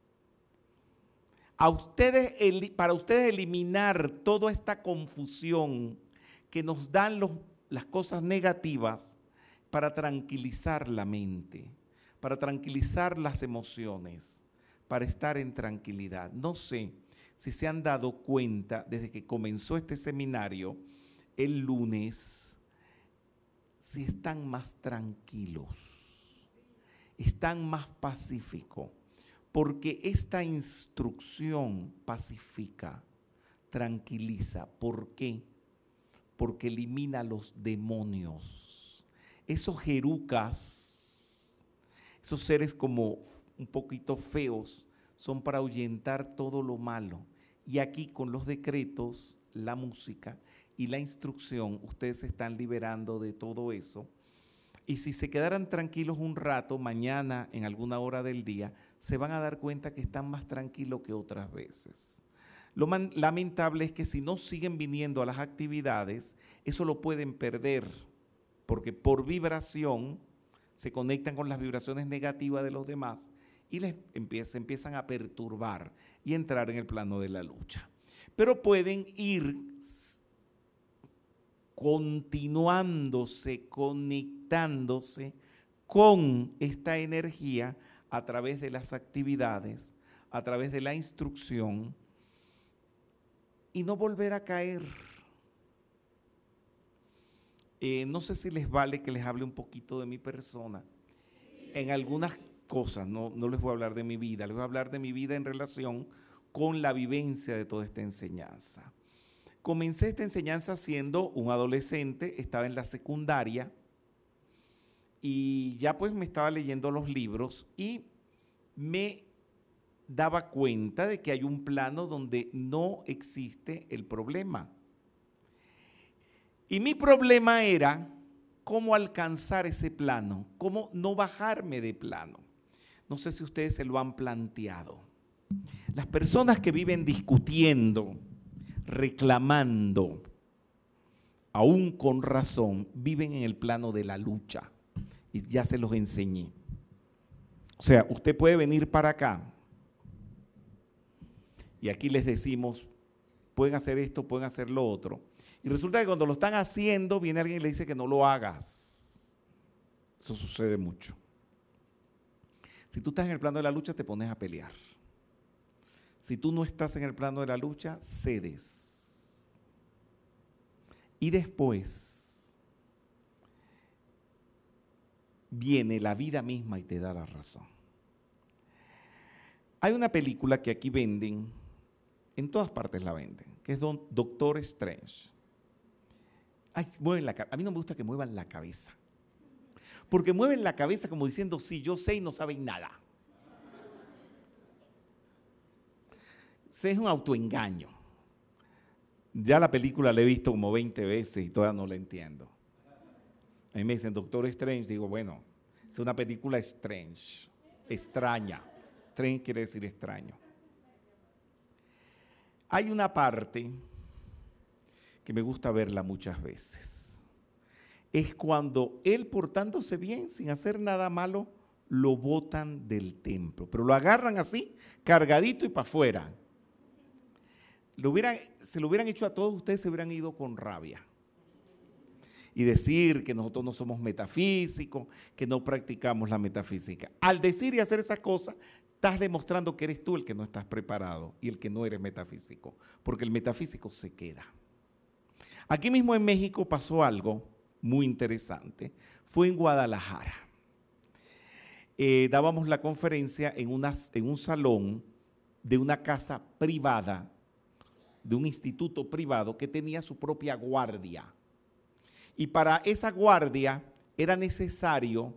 Para ustedes eliminar toda esta confusión que nos dan las cosas negativas, para tranquilizar la mente, para tranquilizar las emociones, para estar en tranquilidad. No sé si se han dado cuenta desde que comenzó este seminario el lunes, si están más tranquilos, están más pacíficos, porque esta instrucción pacifica, tranquiliza. ¿Por qué? Porque elimina los demonios. Esos jerucas, esos seres como un poquito feos, son para ahuyentar todo lo malo. Y aquí con los decretos, la música y la instrucción, ustedes se están liberando de todo eso. Y si se quedaran tranquilos un rato, mañana en alguna hora del día, se van a dar cuenta que están más tranquilos que otras veces. Lo lamentable es que si no siguen viniendo a las actividades, eso lo pueden perder, porque por vibración se conectan con las vibraciones negativas de los demás y se empiezan a perturbar y entrar en el plano de la lucha. Pero pueden ir continuándose, conectándose con esta energía a través de las actividades, a través de la instrucción y no volver a caer. No sé si les vale que les hable un poquito de mi persona. En algunas cosas, no les voy a hablar de mi vida, les voy a hablar de mi vida en relación con la vivencia de toda esta enseñanza. Comencé esta enseñanza siendo un adolescente, estaba en la secundaria y ya pues me estaba leyendo los libros y me daba cuenta de que hay un plano donde no existe el problema. Y mi problema era cómo alcanzar ese plano, cómo no bajarme de plano. No sé si ustedes se lo han planteado. Las personas que viven discutiendo, reclamando, aún con razón, viven en el plano de la lucha. Y ya se los enseñé. O sea, usted puede venir para acá y aquí les decimos, pueden hacer esto, pueden hacer lo otro. Y resulta que cuando lo están haciendo, viene alguien y le dice que no lo hagas. Eso sucede mucho. Si tú estás en el plano de la lucha, te pones a pelear. Si tú no estás en el plano de la lucha, cedes. Y después viene la vida misma y te da la razón. Hay una película que aquí venden, en todas partes la venden, que es Doctor Strange. Ay, mueven la cabeza. A mí no me gusta que muevan la cabeza. Porque mueven la cabeza como diciendo, sí, yo sé y no saben nada. Ese es un autoengaño. Ya la película la he visto como 20 veces y todavía no la entiendo. A mí me dicen Doctor Strange, digo, bueno, es una película strange, extraña. Strange quiere decir extraño. Hay una parte que me gusta verla muchas veces. Es cuando él, portándose bien, sin hacer nada malo, lo botan del templo. Pero lo agarran así, cargadito y para afuera. Se lo hubieran hecho a todos ustedes, se hubieran ido con rabia. Y decir que nosotros no somos metafísicos, que no practicamos la metafísica. Al decir y hacer esas cosas, estás demostrando que eres tú el que no estás preparado y el que no eres metafísico, porque el metafísico se queda. Aquí mismo en México pasó algo muy interesante. Fue en Guadalajara. Dábamos la conferencia en un salón de una casa privada, de un instituto privado que tenía su propia guardia. Y para esa guardia era necesario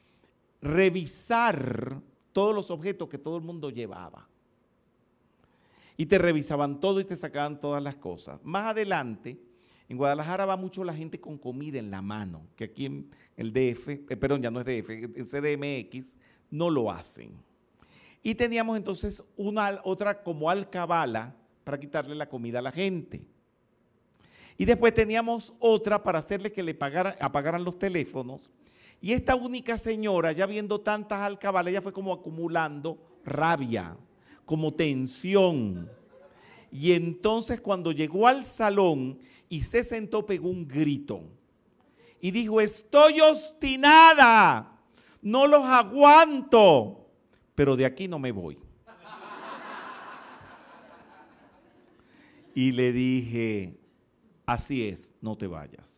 revisar todos los objetos que todo el mundo llevaba. Y te revisaban todo y te sacaban todas las cosas. Más adelante, en Guadalajara va mucho la gente con comida en la mano, que aquí en el DF, perdón, ya no es DF, en CDMX no lo hacen. Y teníamos entonces otra como alcabala para quitarle la comida a la gente. Y después teníamos otra para hacerle que le apagaran los teléfonos. Y esta única señora, ya viendo tantas alcabalas, ella fue como acumulando rabia, como tensión. Y entonces cuando llegó al salón y se sentó, pegó un grito. Y dijo, estoy obstinada, no los aguanto, pero de aquí no me voy. Y le dije, así es, no te vayas.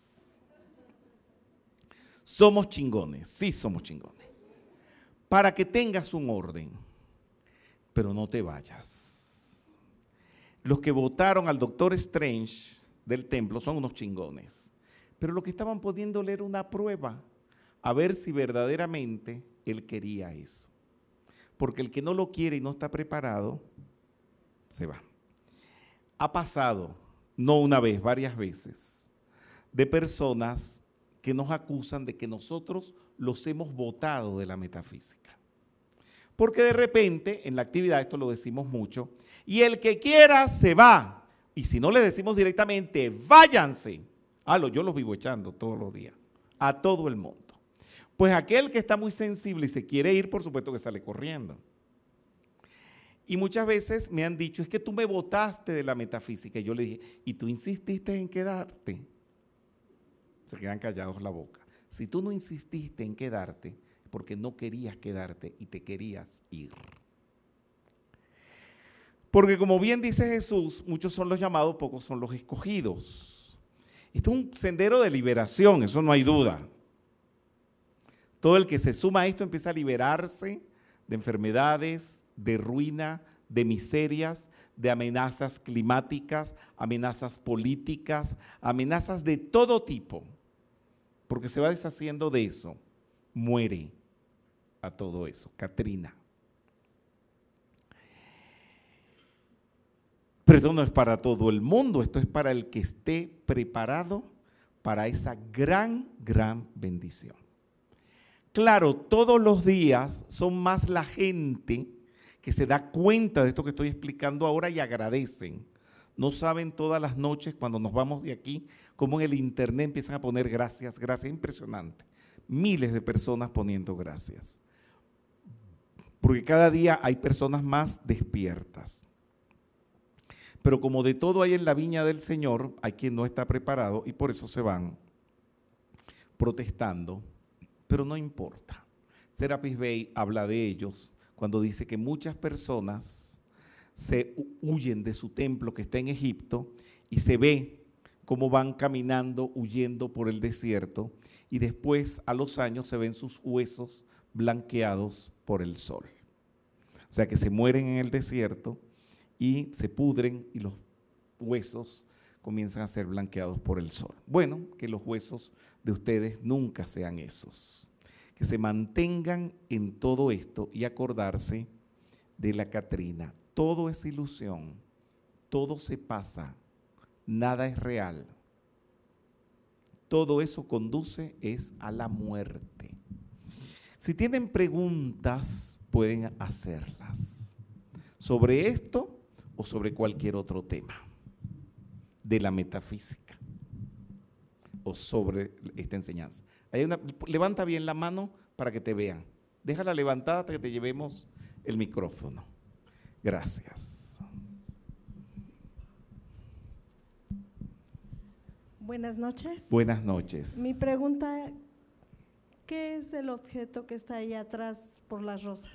Somos chingones, sí somos chingones, para que tengas un orden, pero no te vayas. Los que votaron al Doctor Strange del templo son unos chingones, pero lo que estaban poniéndole era una prueba, a ver si verdaderamente él quería eso. Porque el que no lo quiere y no está preparado, se va. Ha pasado, no una vez, varias veces, de personas que nos acusan de que nosotros los hemos botado de la metafísica. Porque de repente, en la actividad, esto lo decimos mucho, y el que quiera se va. Y si no le decimos directamente, váyanse. Yo los vivo echando todos los días, a todo el mundo. Pues aquel que está muy sensible y se quiere ir, por supuesto que sale corriendo. Y muchas veces me han dicho, es que tú me botaste de la metafísica. Y yo le dije, ¿y tú insististe en quedarte? Se quedan callados la boca. Si tú no insististe en quedarte, porque no querías quedarte y te querías ir. Porque como bien dice Jesús, muchos son los llamados, pocos son los escogidos. Esto es un sendero de liberación, eso no hay duda. Todo el que se suma a esto empieza a liberarse de enfermedades, de ruina, de miserias, de amenazas climáticas, amenazas políticas, amenazas de todo tipo, porque se va deshaciendo de eso, muere a todo eso, Katrina. Pero esto no es para todo el mundo, esto es para el que esté preparado para esa gran, gran bendición. Claro, todos los días son más la gente que se da cuenta de esto que estoy explicando ahora y agradecen. No saben todas las noches cuando nos vamos de aquí, cómo en el internet empiezan a poner gracias, gracias, impresionante. Miles de personas poniendo gracias. Porque cada día hay personas más despiertas. Pero como de todo hay en la viña del Señor, hay quien no está preparado y por eso se van protestando, pero no importa. Serapis Bey habla de ellos cuando dice que muchas personas se huyen de su templo que está en Egipto y se ve cómo van caminando, huyendo por el desierto y después a los años se ven sus huesos blanqueados por el sol. O sea que se mueren en el desierto y se pudren y los huesos comienzan a ser blanqueados por el sol. Bueno, que los huesos de ustedes nunca sean esos, que se mantengan en todo esto y acordarse de la Katrina. Todo es ilusión, todo se pasa, nada es real. Todo eso conduce es a la muerte. Si tienen preguntas, pueden hacerlas sobre esto o sobre cualquier otro tema de la metafísica o sobre esta enseñanza. Levanta bien la mano para que te vean. Déjala levantada hasta que te llevemos el micrófono. Gracias. Buenas noches. Buenas noches. Mi pregunta, ¿qué es el objeto que está ahí atrás por las rosas?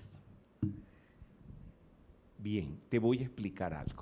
Bien, te voy a explicar algo.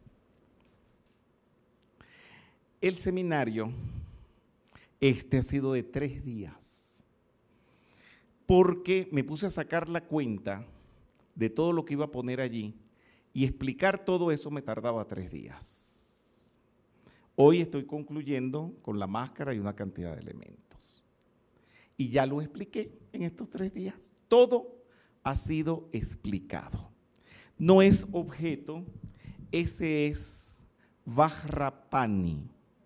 El seminario, ha sido de 3 días, porque me puse a sacar la cuenta de todo lo que iba a poner allí y explicar todo eso me tardaba 3 días. Hoy estoy concluyendo con la máscara y una cantidad de elementos. Y ya lo expliqué en estos 3 días. Todo ha sido explicado. No es objeto, ese es Vajrapani.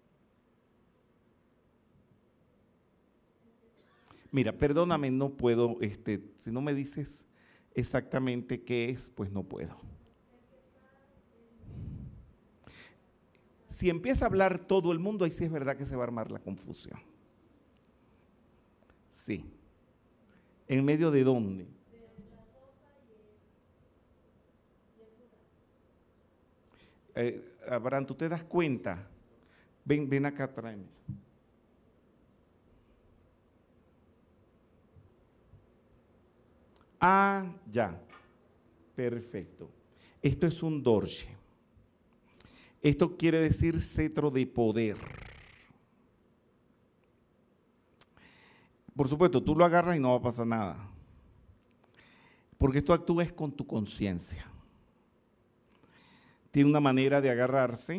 Mira, perdóname, no puedo, si no me dices exactamente qué es, pues no puedo. Si empieza a hablar todo el mundo, ahí sí es verdad que se va a armar la confusión. Sí. ¿En medio de dónde? Abraham, ¿tú te das cuenta? Ven acá, tráeme. Ah, ya. Perfecto. Esto es un dorje. Esto quiere decir cetro de poder. Por supuesto, tú lo agarras y no va a pasar nada. Porque esto actúa es con tu conciencia. Tiene una manera de agarrarse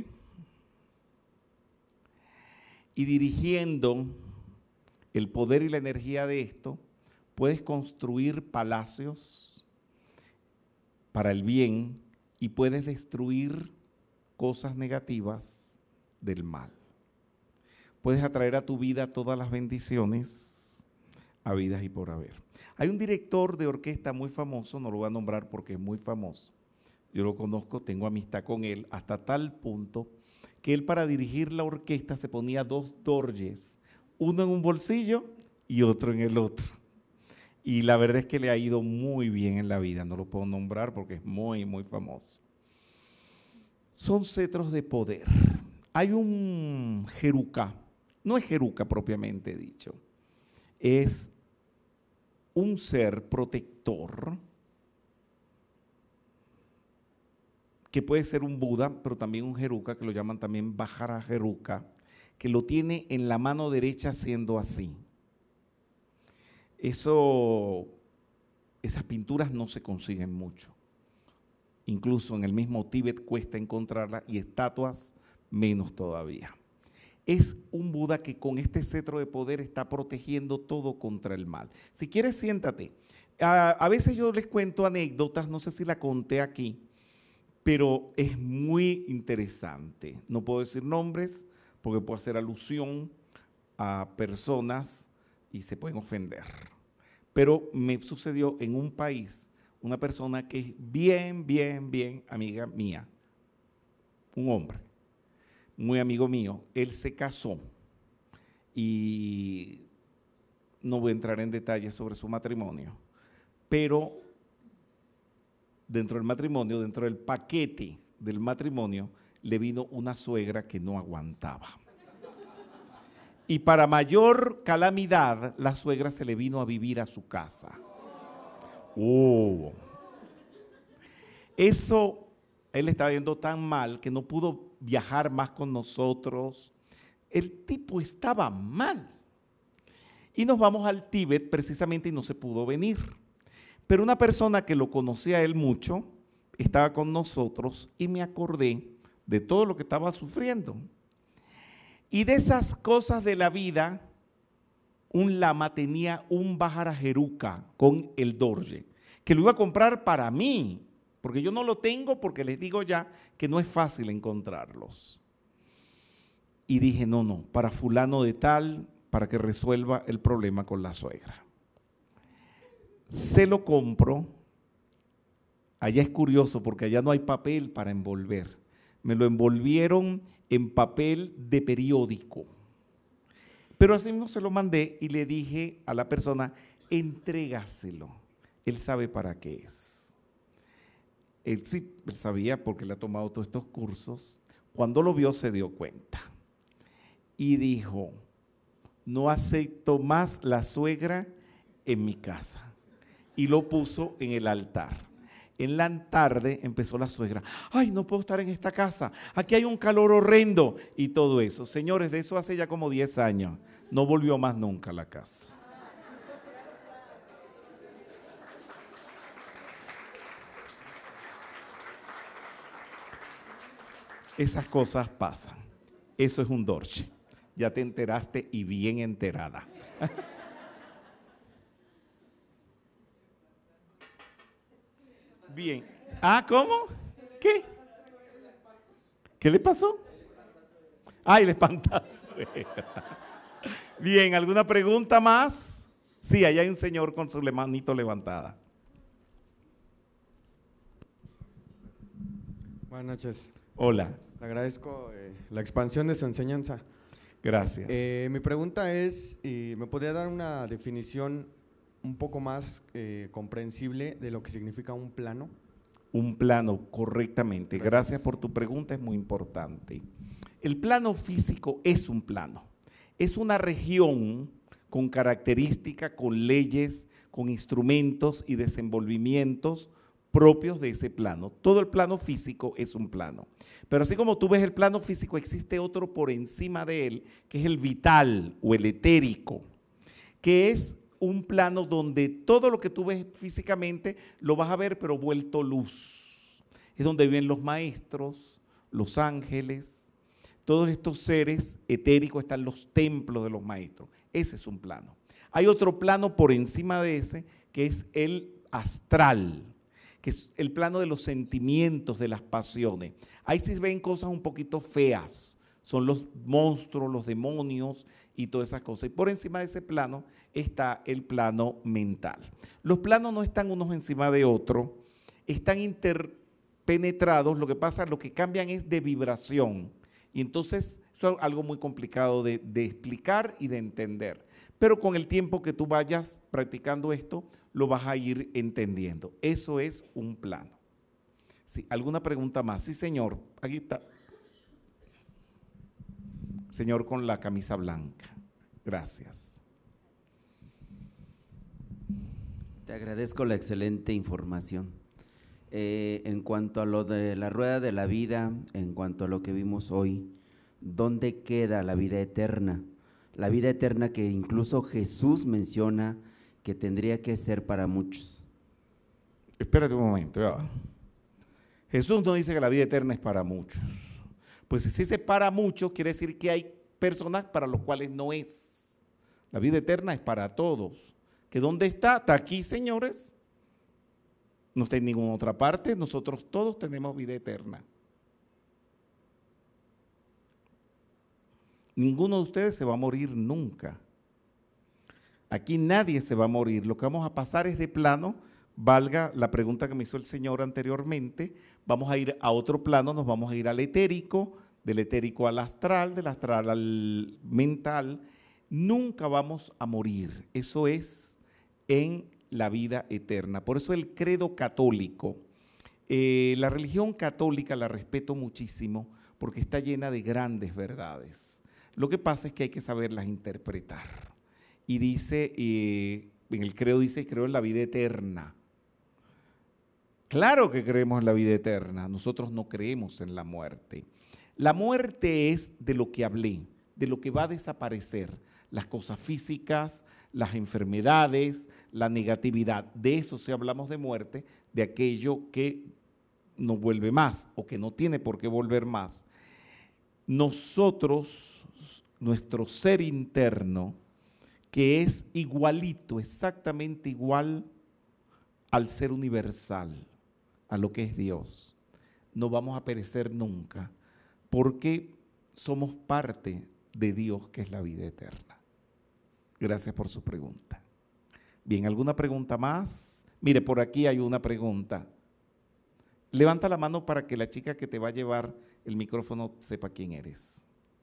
y dirigiendo el poder y la energía de esto, puedes construir palacios para el bien y puedes destruir cosas negativas del mal. Puedes atraer a tu vida todas las bendiciones habidas y por haber. Hay un director de orquesta muy famoso, no lo voy a nombrar porque es muy famoso. Yo lo conozco, tengo amistad con él, hasta tal punto que él para dirigir la orquesta se ponía 2 dorjes, uno en un bolsillo y otro en el otro. Y la verdad es que le ha ido muy bien en la vida, no lo puedo nombrar porque es muy, muy famoso. Son cetros de poder. Hay un jeruca, no es jeruca propiamente dicho, es un ser protector que puede ser un Buda, pero también un jeruca, que lo llaman también Vajra jeruca, que lo tiene en la mano derecha haciendo así. Eso Esas pinturas no se consiguen mucho. Incluso en el mismo Tíbet cuesta encontrarlas y estatuas menos todavía. Es un Buda que con este cetro de poder está protegiendo todo contra el mal. Si quieres, siéntate. A veces yo les cuento anécdotas, no sé si la conté aquí, pero es muy interesante. No puedo decir nombres porque puedo hacer alusión a personas y se pueden ofender. Pero me sucedió en un país, una persona que es bien amiga mía, un hombre, muy amigo mío. Él se casó y no voy a entrar en detalles sobre su matrimonio, pero dentro del matrimonio, dentro del paquete del matrimonio, le vino una suegra que no aguantaba. Y para mayor calamidad, la suegra se le vino a vivir a su casa. Oh. Eso, él estaba viendo tan mal que no pudo viajar más con nosotros. El tipo estaba mal. Y nos vamos al Tíbet precisamente y no se pudo venir. Pero una persona que lo conocía a él mucho, estaba con nosotros y me acordé de todo lo que estaba sufriendo. Y de esas cosas de la vida, un lama tenía un Vajrayeruka con el Dorje, que lo iba a comprar para mí, porque yo no lo tengo, porque les digo ya que no es fácil encontrarlos. Y dije, no, para fulano de tal, para que resuelva el problema con la suegra. Se lo compro. Allá es curioso porque allá no hay papel para envolver. Me lo envolvieron en papel de periódico. Pero así mismo se lo mandé y le dije a la persona, entrégaselo. Él sabe para qué es. Él sí, él sabía porque le ha tomado todos estos cursos. Cuando lo vio se dio cuenta. Y dijo, no acepto más la suegra en mi casa. Y lo puso en el altar. En la tarde empezó la suegra, ay, no puedo estar en esta casa, aquí hay un calor horrendo y todo eso. Señores, de eso hace ya como 10 años, no volvió más nunca a la casa. Esas cosas pasan, eso es un dorje, ya te enteraste y bien enterada. Bien. Ah, ¿cómo? ¿Qué? ¿Qué le pasó? Ay, el espantazuegra. Bien, ¿alguna pregunta más? Sí, allá hay un señor con su manito levantada. Buenas noches. Hola. Le agradezco la expansión de su enseñanza. Gracias. Mi pregunta es, ¿me podría dar una definición un poco más comprensible de lo que significa un plano? Un plano, correctamente. Gracias por tu pregunta, es muy importante. El plano físico es un plano. Es una región con características, con leyes, con instrumentos y desenvolvimientos propios de ese plano. Todo el plano físico es un plano. Pero así como tú ves el plano físico, existe otro por encima de él, que es el vital o el etérico, que es un plano donde todo lo que tú ves físicamente lo vas a ver pero vuelto luz. Es donde viven los maestros, los ángeles, todos estos seres etéricos, están los templos de los maestros. Ese es un plano. Hay otro plano por encima de ese que es el astral, que es el plano de los sentimientos, de las pasiones. Ahí se ven cosas un poquito feas, son los monstruos, los demonios y todas esas cosas. Y por encima de ese plano está el plano mental. Los planos no están unos encima de otros, están interpenetrados, lo que cambian es de vibración. Y entonces eso es algo muy complicado de explicar y de entender. Pero con el tiempo que tú vayas practicando esto, lo vas a ir entendiendo. Eso es un plano. Sí, ¿alguna pregunta más? Sí, señor. Aquí está. Señor con la camisa blanca. Gracias. Te agradezco la excelente información. En cuanto a lo de la rueda de la vida, en cuanto a lo que vimos hoy, ¿dónde queda la vida eterna? La vida eterna que incluso Jesús menciona que tendría que ser para muchos. Espérate un momento, ya va. Jesús no dice que la vida eterna es para muchos. Pues si se dice para muchos, quiere decir que hay personas para los cuales no es. La vida eterna es para todos. ¿Que dónde está? Está aquí, señores. No está en ninguna otra parte. Nosotros todos tenemos vida eterna. Ninguno de ustedes se va a morir nunca. Aquí nadie se va a morir. Lo que vamos a pasar es de plano, valga la pregunta que me hizo el Señor anteriormente, vamos a ir a otro plano, nos vamos a ir al etérico, del etérico al astral, del astral al mental. Nunca vamos a morir. Eso es en la vida eterna. Por eso el credo católico, la religión católica la respeto muchísimo porque está llena de grandes verdades. Lo que pasa es que hay que saberlas interpretar. Y dice, en el credo dice, creo en la vida eterna. Claro que creemos en la vida eterna, nosotros no creemos en la muerte. La muerte es de lo que hablé, de lo que va a desaparecer, las cosas físicas, las enfermedades, la negatividad. De eso si hablamos de muerte, de aquello que no vuelve más o que no tiene por qué volver más. Nosotros, nuestro ser interno, que es igualito, exactamente igual al ser universal, a lo que es Dios, no vamos a perecer nunca, porque somos parte de Dios, que es la vida eterna. Gracias por su pregunta. Bien, ¿alguna pregunta más? Mire, por aquí hay una pregunta. Levanta la mano para que la chica que te va a llevar el micrófono sepa quién eres.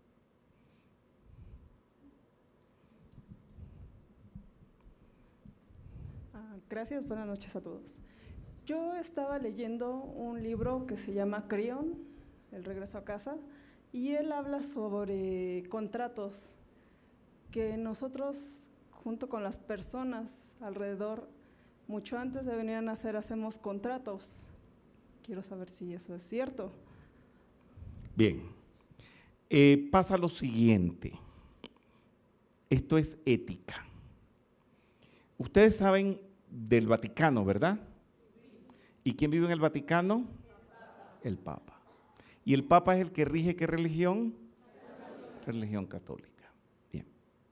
Gracias, buenas noches a todos. Yo estaba leyendo un libro que se llama Crión, El regreso a casa, y él habla sobre contratos que nosotros, junto con las personas alrededor, mucho antes de venir a nacer hacemos contratos. Quiero saber si eso es cierto. Bien, pasa lo siguiente, esto es ética. Ustedes saben del Vaticano, ¿verdad? ¿Y quién vive en el Vaticano? El Papa. ¿Y el Papa es el que rige qué religión? Religión católica. Bien.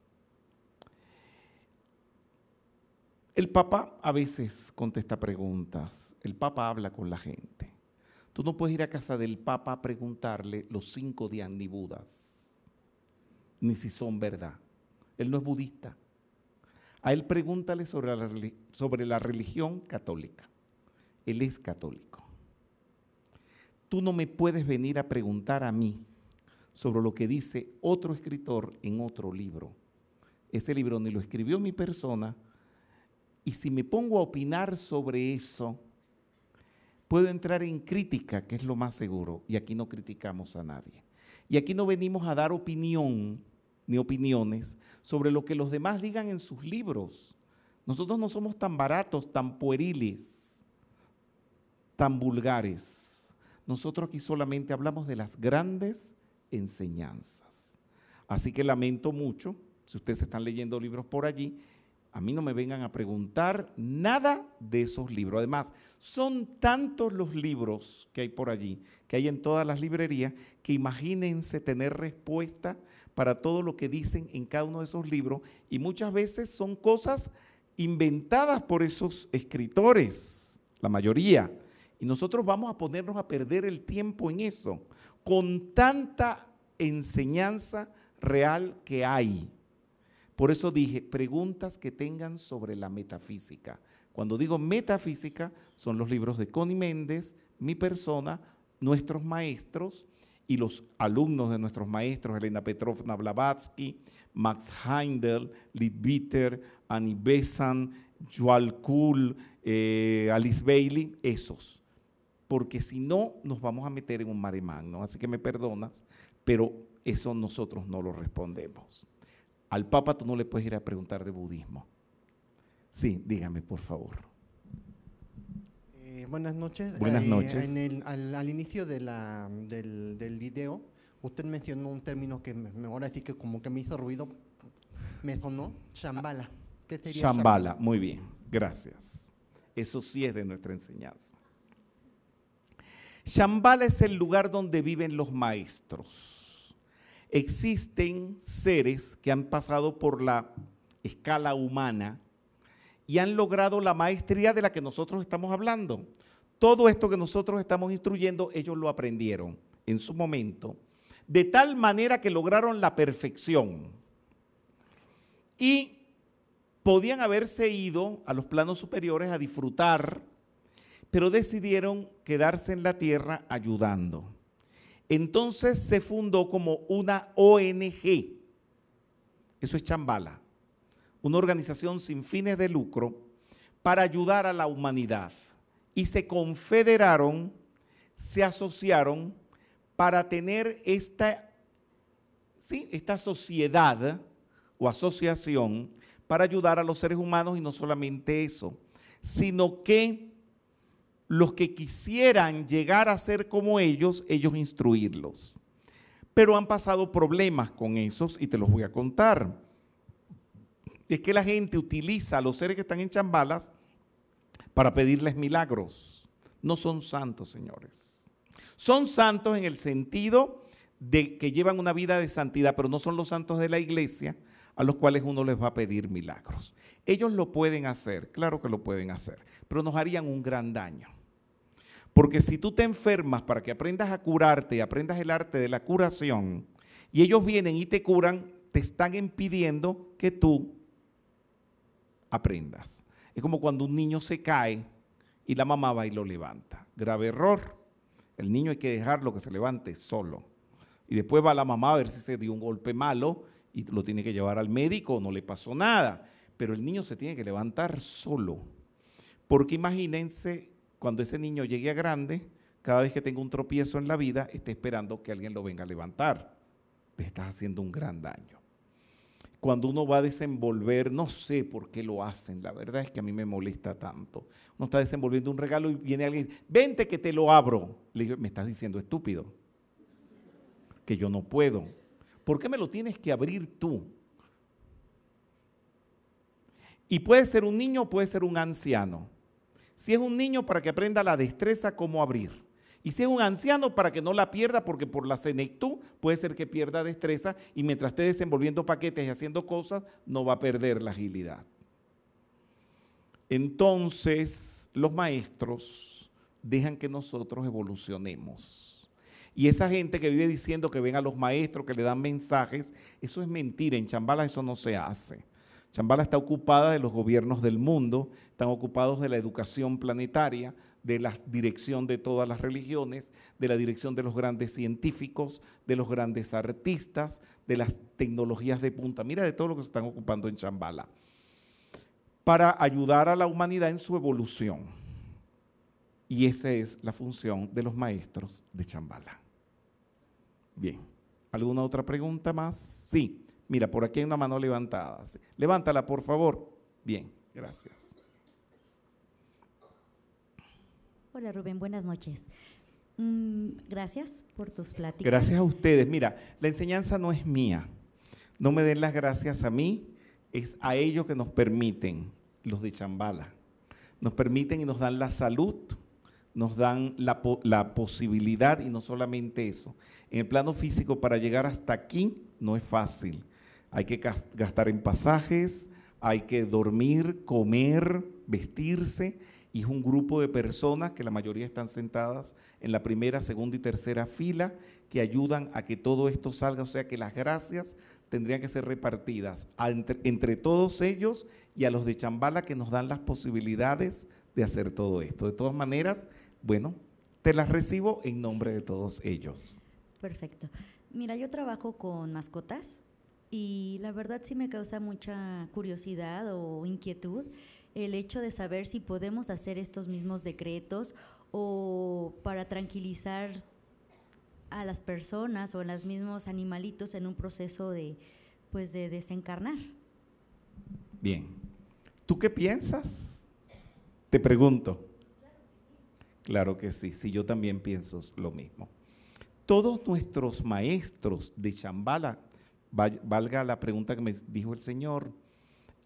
El Papa a veces contesta preguntas, el Papa habla con la gente. Tú no puedes ir a casa del Papa a preguntarle los 5 Dhyani Budas, ni si son verdad. Él no es budista. A él pregúntale sobre la religión católica. Él es católico. Tú no me puedes venir a preguntar a mí sobre lo que dice otro escritor en otro libro. Ese libro ni lo escribió mi persona, y si me pongo a opinar sobre eso, puedo entrar en crítica, que es lo más seguro, y aquí no criticamos a nadie. Y aquí no venimos a dar opinión ni opiniones sobre lo que los demás digan en sus libros. Nosotros no somos tan baratos, tan pueriles, tan vulgares. Nosotros aquí solamente hablamos de las grandes enseñanzas. Así que lamento mucho, si ustedes están leyendo libros por allí, a mí no me vengan a preguntar nada de esos libros. Además, son tantos los libros que hay por allí, que hay en todas las librerías, que imagínense tener respuesta para todo lo que dicen en cada uno de esos libros, y muchas veces son cosas inventadas por esos escritores, la mayoría, y nosotros vamos a ponernos a perder el tiempo en eso, con tanta enseñanza real que hay. Por eso dije, preguntas que tengan sobre la metafísica. Cuando digo metafísica, son los libros de Connie Méndez, mi persona, nuestros maestros y los alumnos de nuestros maestros, Elena Petrovna Blavatsky, Max Heindel, Leadbeater, Annie Besant, Yuval Kuhl, Alice Bailey, esos. Porque si no, nos vamos a meter en un mare magnum. Así que me perdonas, pero eso nosotros no lo respondemos. Al Papa tú no le puedes ir a preguntar de budismo. Sí, dígame, por favor. Buenas noches. Buenas noches. Al inicio del video, usted mencionó un término que ahora sí que como que me hizo ruido, me sonó, Shambhala. ¿Qué sería Shambhala, muy bien, gracias. eso sí es de nuestra enseñanza. Shambhala es el lugar donde viven los maestros. Existen seres que han pasado por la escala humana y han logrado la maestría de la que nosotros estamos hablando. Todo esto que nosotros estamos instruyendo, ellos lo aprendieron en su momento, de tal manera que lograron la perfección. Y podían haberse ido a los planos superiores a disfrutar, pero decidieron quedarse en la tierra ayudando. Entonces se fundó como una ONG, eso es Shambhala, una organización sin fines de lucro para ayudar a la humanidad. Y se confederaron, se asociaron para tener esta sociedad o asociación para ayudar a los seres humanos, y no solamente eso, sino que los que quisieran llegar a ser como ellos instruirlos. Pero han pasado problemas con esos y te los voy a contar. Es que la gente utiliza a los seres que están en Shambhalas para pedirles milagros. No son santos, señores. Son santos en el sentido de que llevan una vida de santidad, pero no son los santos de la iglesia a los cuales uno les va a pedir milagros. Ellos lo pueden hacer, claro que lo pueden hacer, pero nos harían un gran daño. Porque si tú te enfermas para que aprendas a curarte y aprendas el arte de la curación, y ellos vienen y te curan, te están impidiendo que tú aprendas. Es como cuando un niño se cae y la mamá va y lo levanta. Grave error. El niño hay que dejarlo que se levante solo. Y después va la mamá a ver si se dio un golpe malo y lo tiene que llevar al médico, no le pasó nada. Pero el niño se tiene que levantar solo. Porque imagínense, cuando ese niño llegue a grande, cada vez que tenga un tropiezo en la vida, esté esperando que alguien lo venga a levantar. Le estás haciendo un gran daño. Cuando uno va a desenvolver, no sé por qué lo hacen, la verdad es que a mí me molesta tanto. Uno está desenvolviendo un regalo y viene alguien, vente que te lo abro. Le digo, me estás diciendo estúpido, que yo no puedo. ¿Por qué me lo tienes que abrir tú? Y puede ser un niño o puede ser un anciano. Si es un niño, para que aprenda la destreza cómo abrir. Y si es un anciano, para que no la pierda, porque por la senectud puede ser que pierda destreza y mientras esté desenvolviendo paquetes y haciendo cosas, no va a perder la agilidad. Entonces, los maestros dejan que nosotros evolucionemos. Y esa gente que vive diciendo que ven a los maestros, que le dan mensajes, eso es mentira. En Shambhala eso no se hace. Shambhala está ocupada de los gobiernos del mundo, están ocupados de la educación planetaria, de la dirección de todas las religiones, de la dirección de los grandes científicos, de los grandes artistas, de las tecnologías de punta. Mira de todo lo que se están ocupando en Shambhala, para ayudar a la humanidad en su evolución. Y esa es la función de los maestros de Shambhala. Bien, ¿alguna otra pregunta más? Sí. Mira, por aquí hay una mano levantada. Sí. Levántala, por favor. Bien, gracias. Hola Rubén, buenas noches. Gracias por tus pláticas. Gracias a ustedes. Mira, la enseñanza no es mía. No me den las gracias a mí, es a ellos que nos permiten, los de Shambhala. Nos permiten y nos dan la salud, nos dan la posibilidad, y no solamente eso. En el plano físico, para llegar hasta aquí no es fácil. Hay que gastar en pasajes, hay que dormir, comer, vestirse, y es un grupo de personas que la mayoría están sentadas en la primera, segunda y tercera fila que ayudan a que todo esto salga, o sea que las gracias tendrían que ser repartidas entre todos ellos y a los de Shambhala que nos dan las posibilidades de hacer todo esto. De todas maneras, bueno, te las recibo en nombre de todos ellos. Perfecto. Mira, yo trabajo con mascotas y la verdad sí me causa mucha curiosidad o inquietud el hecho de saber si podemos hacer estos mismos decretos o para tranquilizar a las personas o a los mismos animalitos en un proceso de desencarnar. Bien. ¿Tú qué piensas? Te pregunto. Claro que sí, sí, yo también pienso lo mismo. Todos nuestros maestros de Shambhala, valga la pregunta que me dijo el Señor,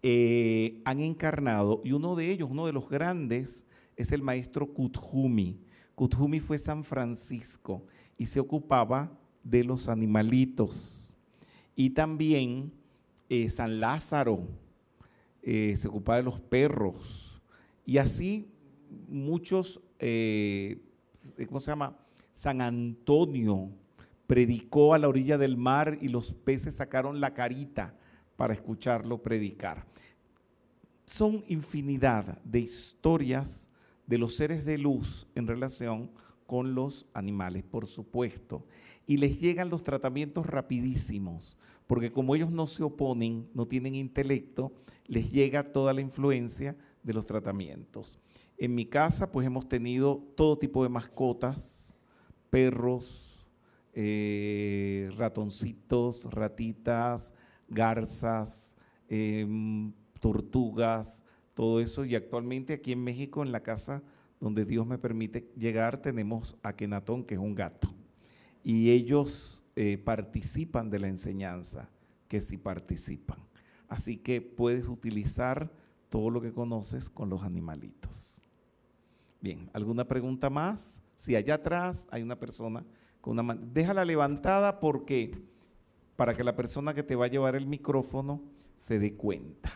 han encarnado, y uno de ellos, uno de los grandes, es el maestro Kuthumi. Kuthumi fue San Francisco y se ocupaba de los animalitos. Y también San Lázaro se ocupaba de los perros. Y así muchos, ¿cómo se llama? San Antonio predicó a la orilla del mar y los peces sacaron la carita para escucharlo predicar. Son infinidad de historias de los seres de luz en relación con los animales, por supuesto. Y les llegan los tratamientos rapidísimos, porque como ellos no se oponen, no tienen intelecto, les llega toda la influencia de los tratamientos. En mi casa, pues hemos tenido todo tipo de mascotas, perros, ratoncitos, ratitas, garzas, tortugas, todo eso. Y actualmente aquí en México, en la casa donde Dios me permite llegar, tenemos a Kenatón, que es un gato. Y ellos participan de la enseñanza, que sí participan. Así que puedes utilizar todo lo que conoces con los animalitos. Bien, ¿alguna pregunta más? Sí, allá atrás hay una persona con una mano. Déjala levantada porque para que la persona que te va a llevar el micrófono se dé cuenta.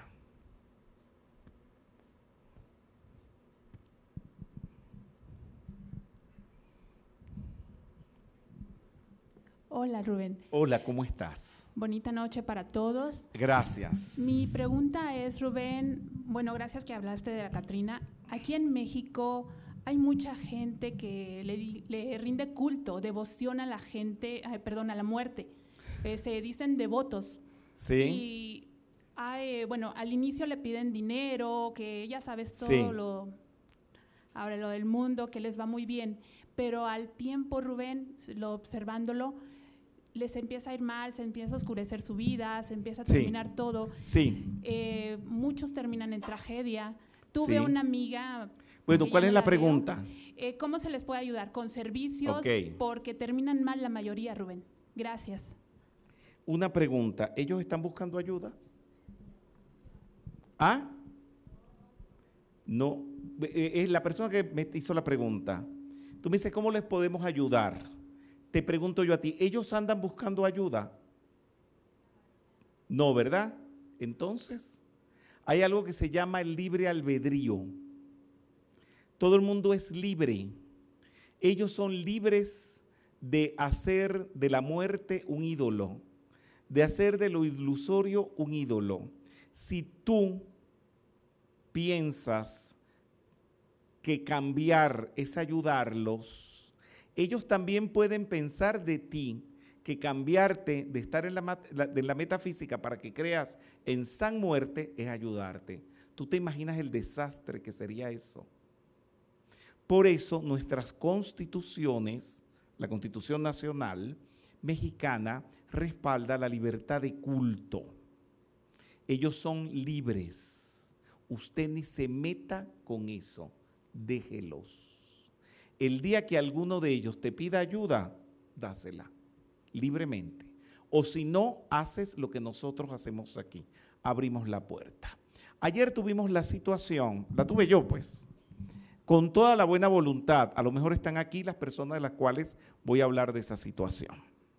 Hola, Rubén. Hola, ¿cómo estás? Bonita noche para todos. Gracias. Mi pregunta es, Rubén, bueno, gracias que hablaste de la Catrina. Aquí en México hay mucha gente que le rinde culto, devoción a la gente, perdón, a la muerte. Se dicen devotos. Sí. Y bueno, al inicio le piden dinero, que ya sabes todo Sí. ahora lo del mundo, que les va muy bien. Pero al tiempo, Rubén, observándolo, les empieza a ir mal, se empieza a oscurecer su vida, se empieza a Sí. terminar todo. Sí. Muchos terminan en tragedia. Tuve Sí. una amiga… Bueno, que ¿cuál ya es no la veo. pregunta? ¿Cómo se les puede ayudar? Con servicios, Ok. porque terminan mal la mayoría, Rubén. Gracias. Una pregunta, ¿ellos están buscando ayuda? ¿Ah? No, es la persona que me hizo la pregunta. Tú me dices, ¿cómo les podemos ayudar? Te pregunto yo a ti, ¿ellos andan buscando ayuda? No, ¿verdad? Entonces, hay algo que se llama el libre albedrío. Todo el mundo es libre. Ellos son libres de hacer de la muerte un ídolo, de hacer de lo ilusorio un ídolo. Si tú piensas que cambiar es ayudarlos, ellos también pueden pensar de ti que cambiarte de estar en la metafísica para que creas en San Muerte es ayudarte. ¿Tú te imaginas el desastre que sería eso? Por eso nuestras constituciones, la Constitución Nacional Mexicana, respalda la libertad de culto. Ellos son libres. Usted ni se meta con eso. Déjelos. El día que alguno de ellos te pida ayuda, dásela libremente. O si no, haces lo que nosotros hacemos aquí. Abrimos la puerta. Ayer tuvimos la situación, la tuve yo pues, con toda la buena voluntad. A lo mejor están aquí las personas de las cuales voy a hablar de esa situación.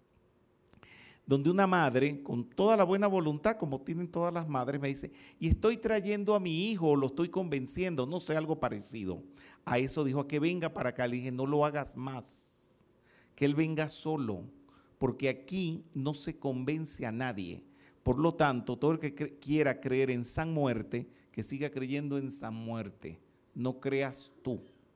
Donde una madre, con toda la buena voluntad, como tienen todas las madres, me dice, y estoy trayendo a mi hijo, lo estoy convenciendo, no sé, algo parecido. A eso dijo, a que venga para acá. Le dije, no lo hagas más, que él venga solo, porque aquí no se convence a nadie. Por lo tanto, todo el que quiera creer en San Muerte, que siga creyendo en San Muerte, no creas tú.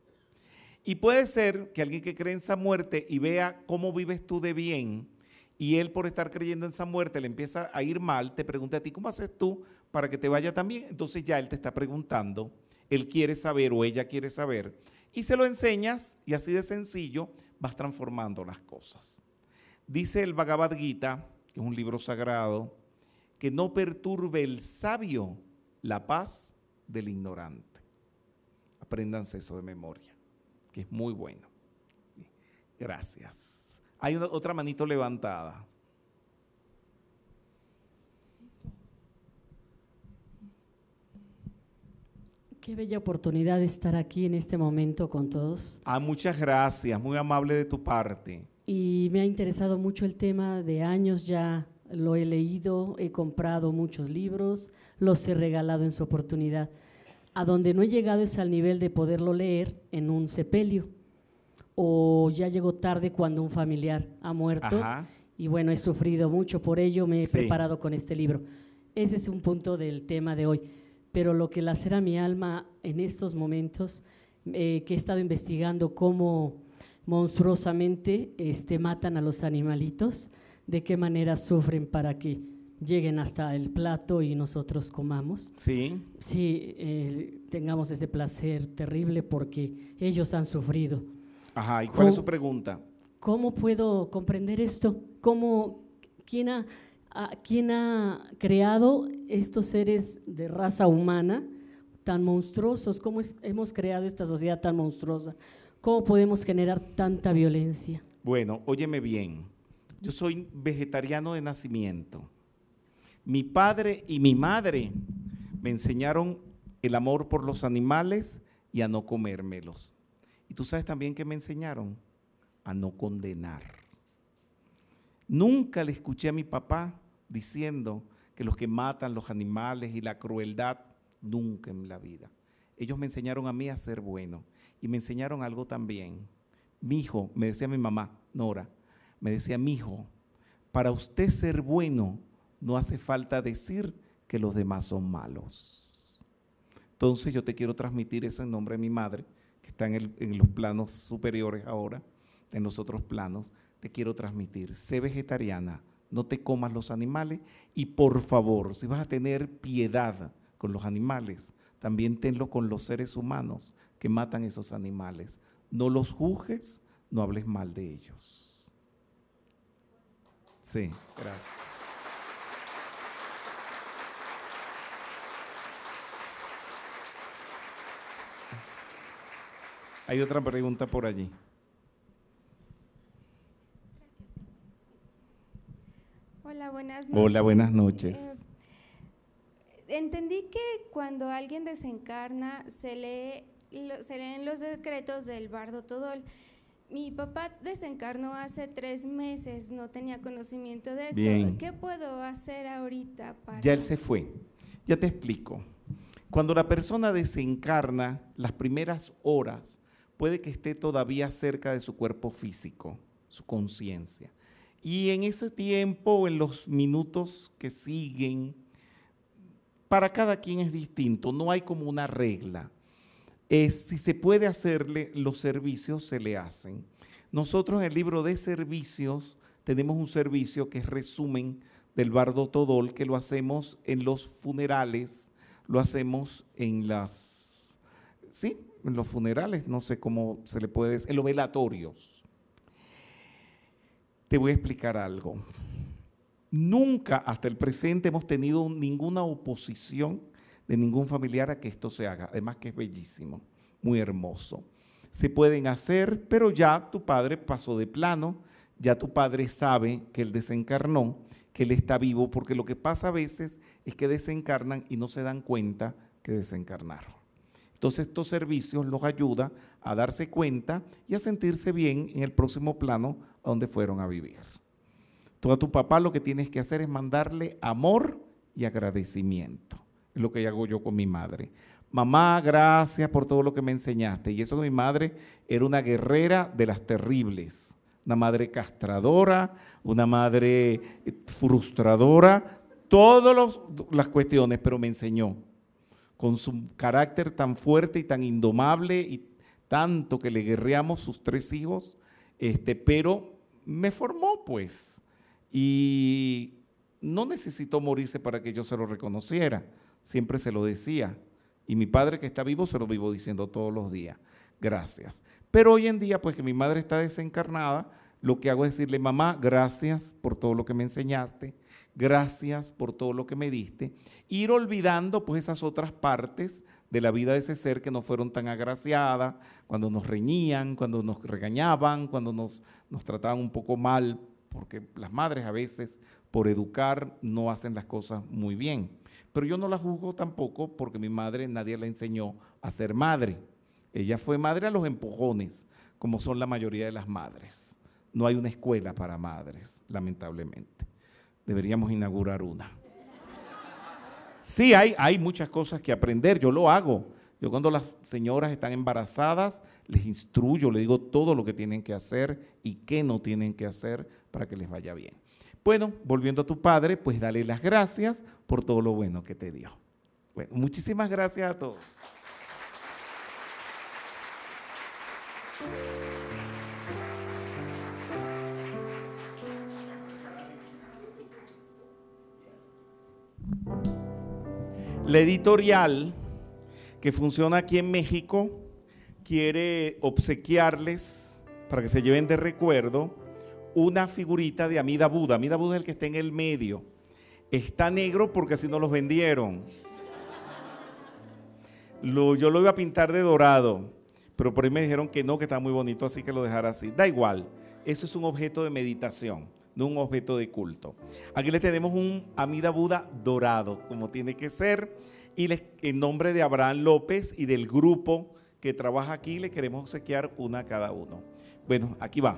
Y puede ser que alguien que cree en San Muerte y vea cómo vives tú de bien, y él por estar creyendo en San Muerte le empieza a ir mal, te pregunta a ti, ¿cómo haces tú para que te vaya tan bien? Entonces ya él te está preguntando, él quiere saber o ella quiere saber, y se lo enseñas y así de sencillo vas transformando las cosas. Dice el Bhagavad Gita, que es un libro sagrado, que no perturbe el sabio la paz del ignorante. Apréndanse eso de memoria, que es muy bueno. Gracias. Hay otra manito levantada. Qué bella oportunidad de estar aquí en este momento con todos. Muchas gracias, muy amable de tu parte. Y me ha interesado mucho el tema de años, ya lo he leído, he comprado muchos libros, los he regalado en su oportunidad. A donde no he llegado es al nivel de poderlo leer en un sepelio, o ya llego tarde cuando un familiar ha muerto. Ajá. Y bueno, he sufrido mucho, por ello me he Sí. preparado con este libro. Ese es un punto del tema de hoy. Pero lo que lacera mi alma en estos momentos, que he estado investigando cómo monstruosamente matan a los animalitos, de qué manera sufren para que lleguen hasta el plato y nosotros comamos. Sí. Sí, tengamos ese placer terrible porque ellos han sufrido. Ajá, ¿y cuál es su pregunta? ¿Cómo puedo comprender esto? ¿Quién ha creado estos seres de raza humana tan monstruosos? ¿Cómo hemos creado esta sociedad tan monstruosa? ¿Cómo podemos generar tanta violencia? Bueno, óyeme bien, yo soy vegetariano de nacimiento. Mi padre y mi madre me enseñaron el amor por los animales y a no comérmelos. Y tú sabes también que me enseñaron a no condenar. Nunca le escuché a mi papá diciendo que los que matan los animales y la crueldad, nunca en la vida. Ellos me enseñaron a mí a ser bueno y me enseñaron algo también. Mi hijo, me decía mi mamá, Nora, me decía, mi hijo, para usted ser bueno no hace falta decir que los demás son malos. Entonces yo te quiero transmitir eso en nombre de mi madre, que está en los planos superiores ahora, en los otros planos. Te quiero transmitir, sé vegetariana, no te comas los animales y por favor, si vas a tener piedad con los animales, también tenlo con los seres humanos que matan esos animales. No los juzgues, no hables mal de ellos. Sí, gracias. Hay otra pregunta por allí. Hola, buenas noches. Hola, buenas noches. Entendí que cuando alguien desencarna se leen los decretos del Bardo Todol. Mi papá desencarnó hace 3 meses, no tenía conocimiento de esto. Bien. ¿Qué puedo hacer ahorita para...? Ya él se fue. Ya te explico. Cuando la persona desencarna, las primeras horas puede que esté todavía cerca de su cuerpo físico, su conciencia. Y en ese tiempo, en los minutos que siguen, para cada quien es distinto, no hay como una regla. Si se puede hacerle los servicios, se le hacen. Nosotros en el libro de servicios tenemos un servicio que es resumen del Bardo Todol, que lo hacemos en los funerales, lo hacemos en los funerales, no sé cómo se le puede decir, en los velatorios. Te voy a explicar algo. Nunca hasta el presente hemos tenido ninguna oposición de ningún familiar a que esto se haga. Además que es bellísimo, muy hermoso. Se pueden hacer, pero ya tu padre pasó de plano, ya tu padre sabe que él desencarnó, que él está vivo, porque lo que pasa a veces es que desencarnan y no se dan cuenta que desencarnaron. Entonces estos servicios los ayuda a darse cuenta y a sentirse bien en el próximo plano a donde fueron a vivir. Tú a tu papá lo que tienes que hacer es mandarle amor y agradecimiento. Es lo que hago yo con mi madre. Mamá, gracias por todo lo que me enseñaste. Y eso, mi madre era una guerrera de las terribles, una madre castradora, una madre frustradora, todas las cuestiones, pero me enseñó. Con su carácter tan fuerte y tan indomable y tanto que le guerreamos sus 3 hijos, pero me formó pues y no necesitó morirse para que yo se lo reconociera, siempre se lo decía y mi padre que está vivo se lo vivo diciendo todos los días, gracias. Pero hoy en día pues que mi madre está desencarnada, lo que hago es decirle, mamá, gracias por todo lo que me enseñaste, gracias por todo lo que me diste, ir olvidando pues esas otras partes de la vida de ese ser que no fueron tan agraciadas, cuando nos reñían, cuando nos regañaban, cuando nos trataban un poco mal, porque las madres a veces por educar no hacen las cosas muy bien. pero yo no la juzgo tampoco porque mi madre nadie la enseñó a ser madre. Ella fue madre a los empujones, como son la mayoría de las madres. No hay una escuela para madres, lamentablemente. Deberíamos inaugurar una. Sí, hay muchas cosas que aprender, yo lo hago. Yo cuando las señoras están embarazadas, les instruyo, les digo todo lo que tienen que hacer y qué no tienen que hacer para que les vaya bien. Bueno, volviendo a tu padre, pues dale las gracias por todo lo bueno que te dio. Bueno, muchísimas gracias a todos. La editorial que funciona aquí en México quiere obsequiarles, para que se lleven de recuerdo, una figurita de Amida Buda. Amida Buda es el que está en el medio. Está negro porque así no los vendieron. Yo lo iba a pintar de dorado, pero por ahí me dijeron que no, que está muy bonito, así que lo dejara así. Da igual, eso es un objeto de meditación, no un objeto de culto. Aquí le tenemos un Amida Buda dorado, como tiene que ser, y en nombre de Abraham López y del grupo que trabaja aquí, le queremos obsequiar una a cada uno. Bueno, aquí va.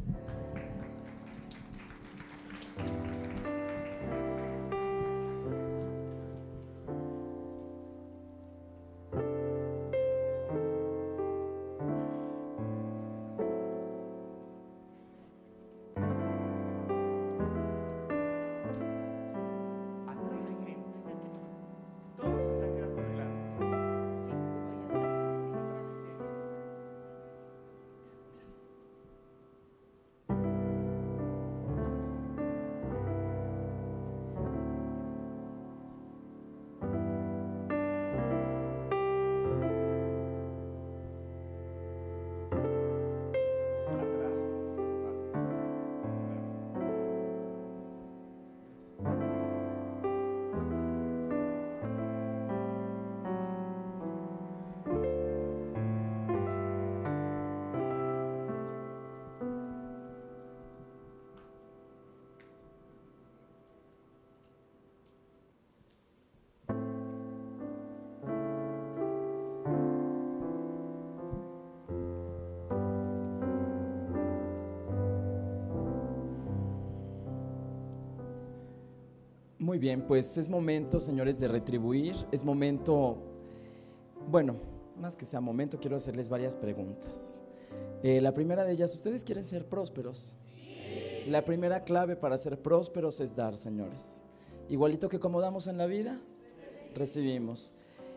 Muy bien, pues es momento, señores, de retribuir, es momento, bueno, más que sea momento, quiero hacerles varias preguntas. La primera de ellas, ¿ustedes quieren ser prósperos? Sí. La primera clave para ser prósperos es dar, señores. Igualito que como damos en la vida, recibimos.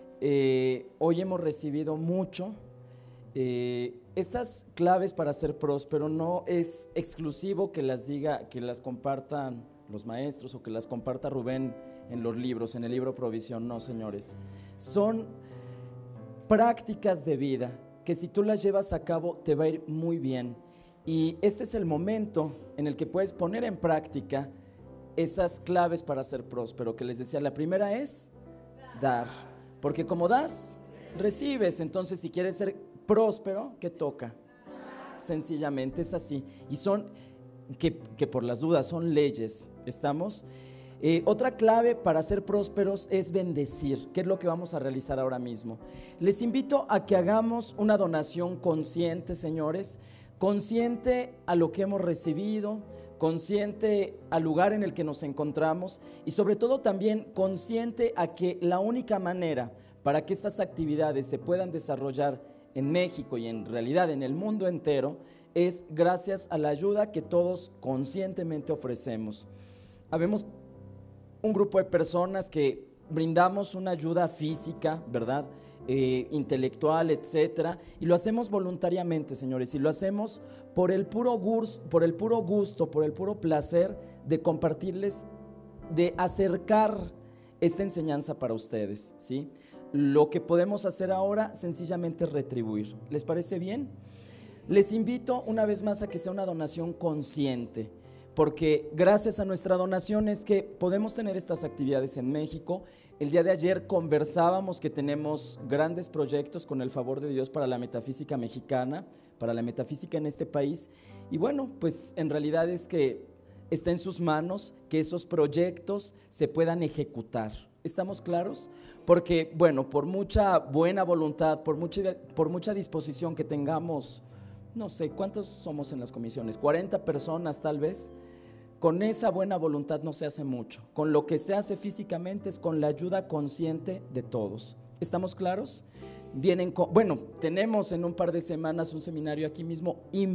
Hoy hemos recibido mucho. Estas claves para ser próspero no es exclusivo que las diga, que las compartan los maestros o que las comparta Rubén en los libros, en el libro Provisión. No, señores, son prácticas de vida que si tú las llevas a cabo te va a ir muy bien, y este es el momento en el que puedes poner en práctica esas claves para ser próspero, que les decía. La primera es dar, porque como das, recibes. Entonces, si quieres ser próspero, ¿qué toca? Sencillamente es así, y son que por las dudas son leyes. ¿Estamos? Otra clave para ser prósperos es bendecir, que es lo que vamos a realizar ahora mismo. Les invito a que hagamos una donación consciente, señores, consciente a lo que hemos recibido, consciente al lugar en el que nos encontramos, y sobre todo también consciente a que la única manera para que estas actividades se puedan desarrollar en México y en realidad en el mundo entero es gracias a la ayuda que todos conscientemente ofrecemos. Habemos un grupo de personas que brindamos una ayuda física, ¿verdad? Intelectual, etcétera, y lo hacemos voluntariamente, señores, y lo hacemos por el puro gusto, por el puro placer de compartirles, de acercar esta enseñanza para ustedes, ¿sí? Lo que podemos hacer ahora sencillamente es retribuir. ¿Les parece bien? Les invito una vez más a que sea una donación consciente, porque gracias a nuestra donación es que podemos tener estas actividades en México. El día de ayer conversábamos que tenemos grandes proyectos con el favor de Dios para la metafísica mexicana, para la metafísica en este país, y bueno, pues en realidad es que está en sus manos que esos proyectos se puedan ejecutar, ¿Estamos claros? Porque, bueno, por mucha buena voluntad, por mucha disposición que tengamos, no sé, ¿cuántos somos en las comisiones? 40 personas tal vez. Con esa buena voluntad no se hace mucho. Con lo que se hace físicamente es con la ayuda consciente de todos. ¿Estamos claros? Bueno, tenemos en un par de semanas un seminario aquí mismo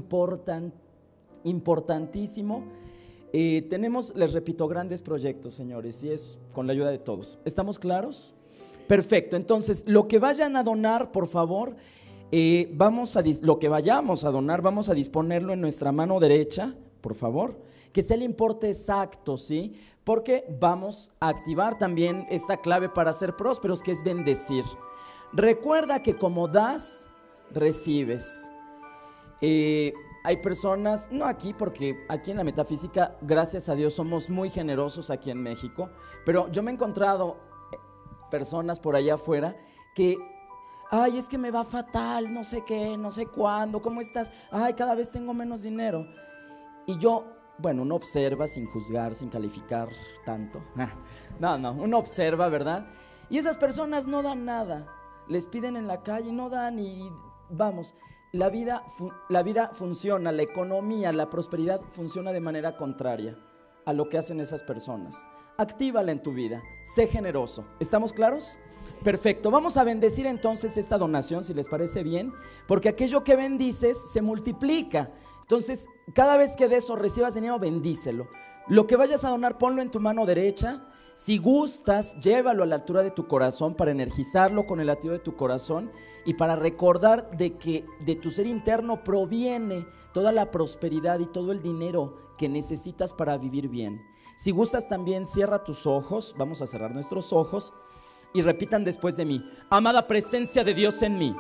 importantísimo. Tenemos, les repito, grandes proyectos, señores, y es con la ayuda de todos. ¿Estamos claros? Perfecto. Entonces, lo que vayan a donar, por favor, lo que vayamos a donar, vamos a disponerlo en nuestra mano derecha, por favor, que sea el importe exacto, ¿sí? Porque vamos a activar también esta clave para ser prósperos, que es bendecir. Recuerda que como das, recibes. Hay personas, no aquí, porque aquí en la metafísica, gracias a Dios, somos muy generosos aquí en México, pero yo me he encontrado personas por allá afuera que, ay, es que me va fatal, no sé qué, no sé cuándo, ¿cómo estás? Ay, cada vez tengo menos dinero. Y yo, bueno, uno observa sin juzgar, sin calificar tanto. No, uno observa, ¿verdad? Y esas personas no dan nada, les piden en la calle, no dan y vamos. La vida funciona, la economía, la prosperidad funciona de manera contraria a lo que hacen esas personas. Actívala en tu vida, sé generoso. ¿Estamos claros? Perfecto, vamos a bendecir entonces esta donación, si les parece bien, porque aquello que bendices se multiplica. Entonces, cada vez que des o recibas dinero, bendícelo. Lo que vayas a donar, ponlo en tu mano derecha. Si gustas, llévalo a la altura de tu corazón para energizarlo con el latido de tu corazón y para recordar de que de tu ser interno proviene toda la prosperidad y todo el dinero que necesitas para vivir bien. Si gustas también, cierra tus ojos, vamos a cerrar nuestros ojos y repitan después de mí: amada presencia de Dios en mí,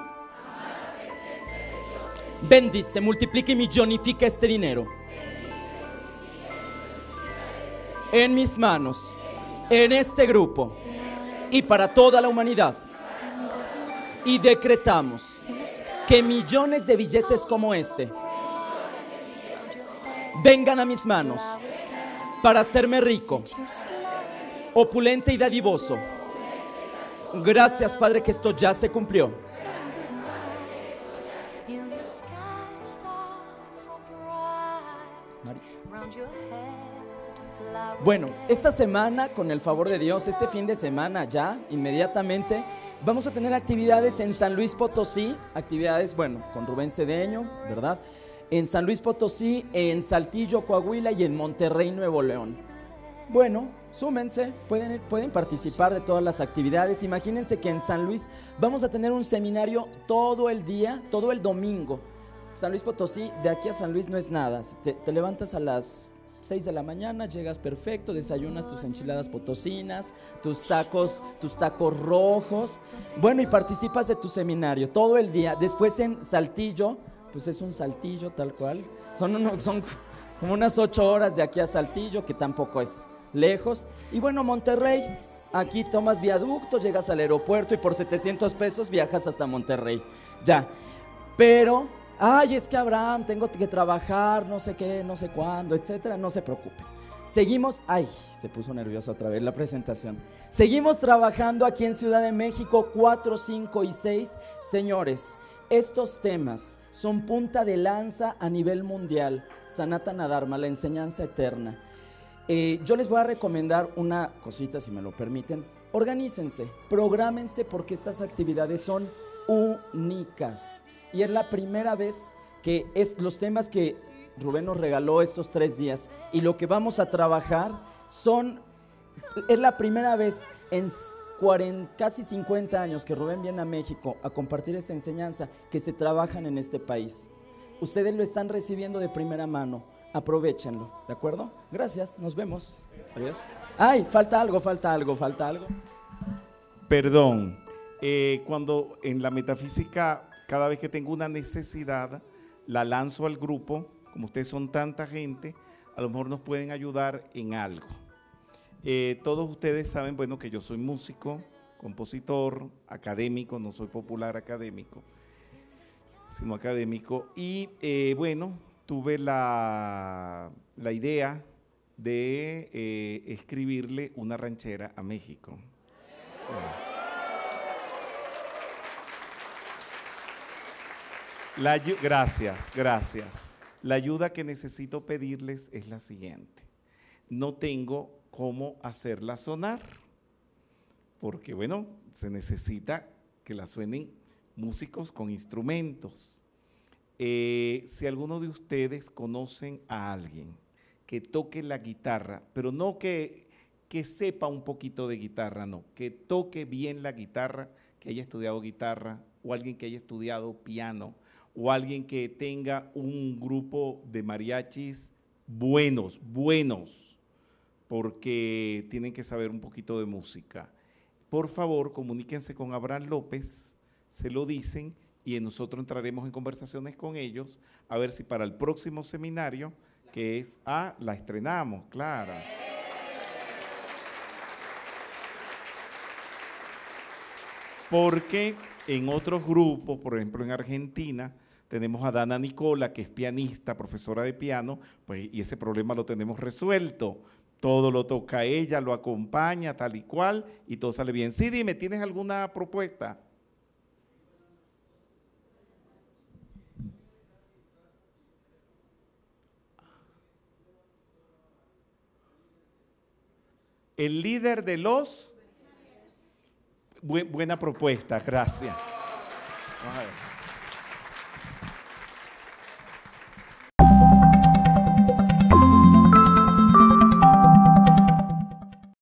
bendice, multiplica y millonifica este dinero en mis manos, en este grupo y para toda la humanidad. Y decretamos que millones de billetes como este vengan a mis manos para hacerme rico, opulente y dadivoso. Gracias, Padre, que esto ya se cumplió. Bueno, esta semana, con el favor de Dios, este fin de semana ya, inmediatamente, vamos a tener actividades en San Luis Potosí, actividades, bueno, con Rubén Cedeño, ¿verdad? En San Luis Potosí, en Saltillo, Coahuila y en Monterrey, Nuevo León. Bueno, súmense, pueden participar de todas las actividades. Imagínense que en San Luis vamos a tener un seminario todo el día, todo el domingo. San Luis Potosí, de aquí a San Luis no es nada. Te levantas a las 6 de la mañana, llegas perfecto, desayunas tus enchiladas potosinas, tus tacos rojos, bueno, y participas de tu seminario todo el día. Después en Saltillo, pues es un Saltillo tal cual, son como unas 8 horas de aquí a Saltillo, que tampoco es lejos. Y bueno, Monterrey, aquí tomas viaducto, llegas al aeropuerto y por 700 pesos viajas hasta Monterrey, ya. Pero ay, es que Abraham, tengo que trabajar, no sé qué, no sé cuándo, etcétera. No se preocupen. Seguimos, ay, se puso nerviosa otra vez la presentación. Seguimos trabajando aquí en Ciudad de México 4, 5 y 6. Señores, estos temas son punta de lanza a nivel mundial. Sanatana Dharma, la enseñanza eterna. Yo les voy a recomendar una cosita, si me lo permiten. Organícense, prográmense, porque estas actividades son únicas. Y es la primera vez que los temas que Rubén nos regaló estos 3 días y lo que vamos a trabajar es la primera vez en casi 50 años que Rubén viene a México a compartir esta enseñanza que se trabajan en este país. Ustedes lo están recibiendo de primera mano, aprovéchenlo, ¿de acuerdo? Gracias, nos vemos. Adiós. Ay, falta algo. Perdón, cuando en la metafísica, cada vez que tengo una necesidad, la lanzo al grupo. Como ustedes son tanta gente, a lo mejor nos pueden ayudar en algo. Todos ustedes saben, bueno, que yo soy músico, compositor, académico, no soy popular académico, sino académico. Y bueno, tuve la idea de escribirle una ranchera a México. Gracias, gracias. La ayuda que necesito pedirles es la siguiente. No tengo cómo hacerla sonar, porque bueno, se necesita que la suenen músicos con instrumentos. Si alguno de ustedes conocen a alguien que toque la guitarra, pero no que sepa un poquito de guitarra, no, que toque bien la guitarra, que haya estudiado guitarra, o alguien que haya estudiado piano, o alguien que tenga un grupo de mariachis buenos, porque tienen que saber un poquito de música. Por favor, comuníquense con Abraham López, se lo dicen, y nosotros entraremos en conversaciones con ellos, a ver si para el próximo seminario, que es, la estrenamos, claro. Porque en otros grupos, por ejemplo en Argentina, tenemos a Dana Nicola, que es pianista, profesora de piano, pues, y ese problema lo tenemos resuelto. Todo lo toca ella, lo acompaña, tal y cual, y todo sale bien. Sí, dime, ¿tienes alguna propuesta? El líder de los... Buena propuesta, gracias. Vamos a ver.